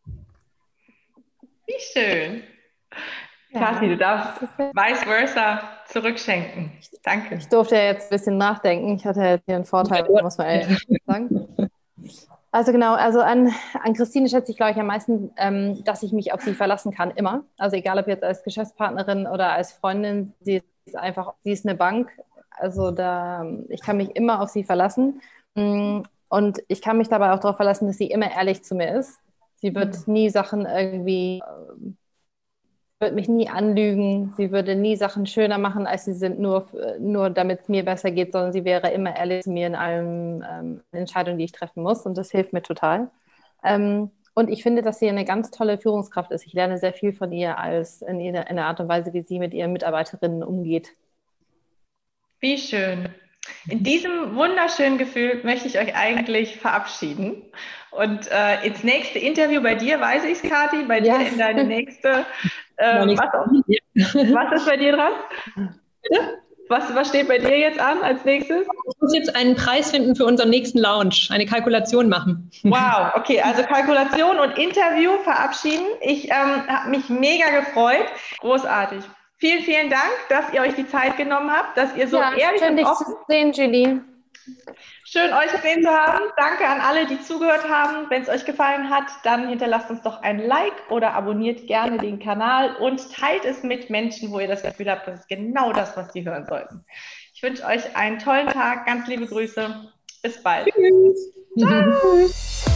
Wie schön. Ja. Kathi, du darfst vice versa zurückschenken. Danke. Ich durfte ja jetzt ein bisschen nachdenken. Ich hatte jetzt hier einen Vorteil, muss man ehrlich sagen. Also genau, also an, an Christine schätze ich, glaube ich, am meisten, ähm, dass ich mich auf sie verlassen kann, immer. Also egal, ob jetzt als Geschäftspartnerin oder als Freundin, sie ist einfach, sie ist eine Bank. Also da, ich kann mich immer auf sie verlassen. Und Und ich kann mich dabei auch darauf verlassen, dass sie immer ehrlich zu mir ist. Sie wird mhm. nie Sachen irgendwie, äh, wird mich nie anlügen. Sie würde nie Sachen schöner machen, als sie sind, nur, nur damit es mir besser geht, sondern sie wäre immer ehrlich zu mir in allen ähm, Entscheidungen, die ich treffen muss. Und das hilft mir total. Ähm, und ich finde, dass sie eine ganz tolle Führungskraft ist. Ich lerne sehr viel von ihr als in, ihrer, in der Art und Weise, wie sie mit ihren Mitarbeiterinnen umgeht. Wie schön. In diesem wunderschönen Gefühl möchte ich euch eigentlich verabschieden. Und äh, ins nächste Interview bei dir, weiß ich es, Kathi, bei dir ja. in deine nächste. Äh, was, was ist bei dir dran? Bitte? Was, was steht bei dir jetzt an als nächstes? Ich muss jetzt einen Preis finden für unseren nächsten Lounge, eine Kalkulation machen. Wow, okay, also Kalkulation und Interview verabschieden. Ich ähm, habe mich mega gefreut. Großartig. Vielen, vielen Dank, dass ihr euch die Zeit genommen habt, dass ihr so ja, ehrlich schön, und dich offen... zu sehen, Julie. Schön, euch gesehen zu haben. Danke an alle, die zugehört haben. Wenn es euch gefallen hat, dann hinterlasst uns doch ein Like oder abonniert gerne den Kanal und teilt es mit Menschen, wo ihr das Gefühl habt, das ist genau das, was sie hören sollten. Ich wünsche euch einen tollen Tag. Ganz liebe Grüße. Bis bald. Tschüss. Ciao.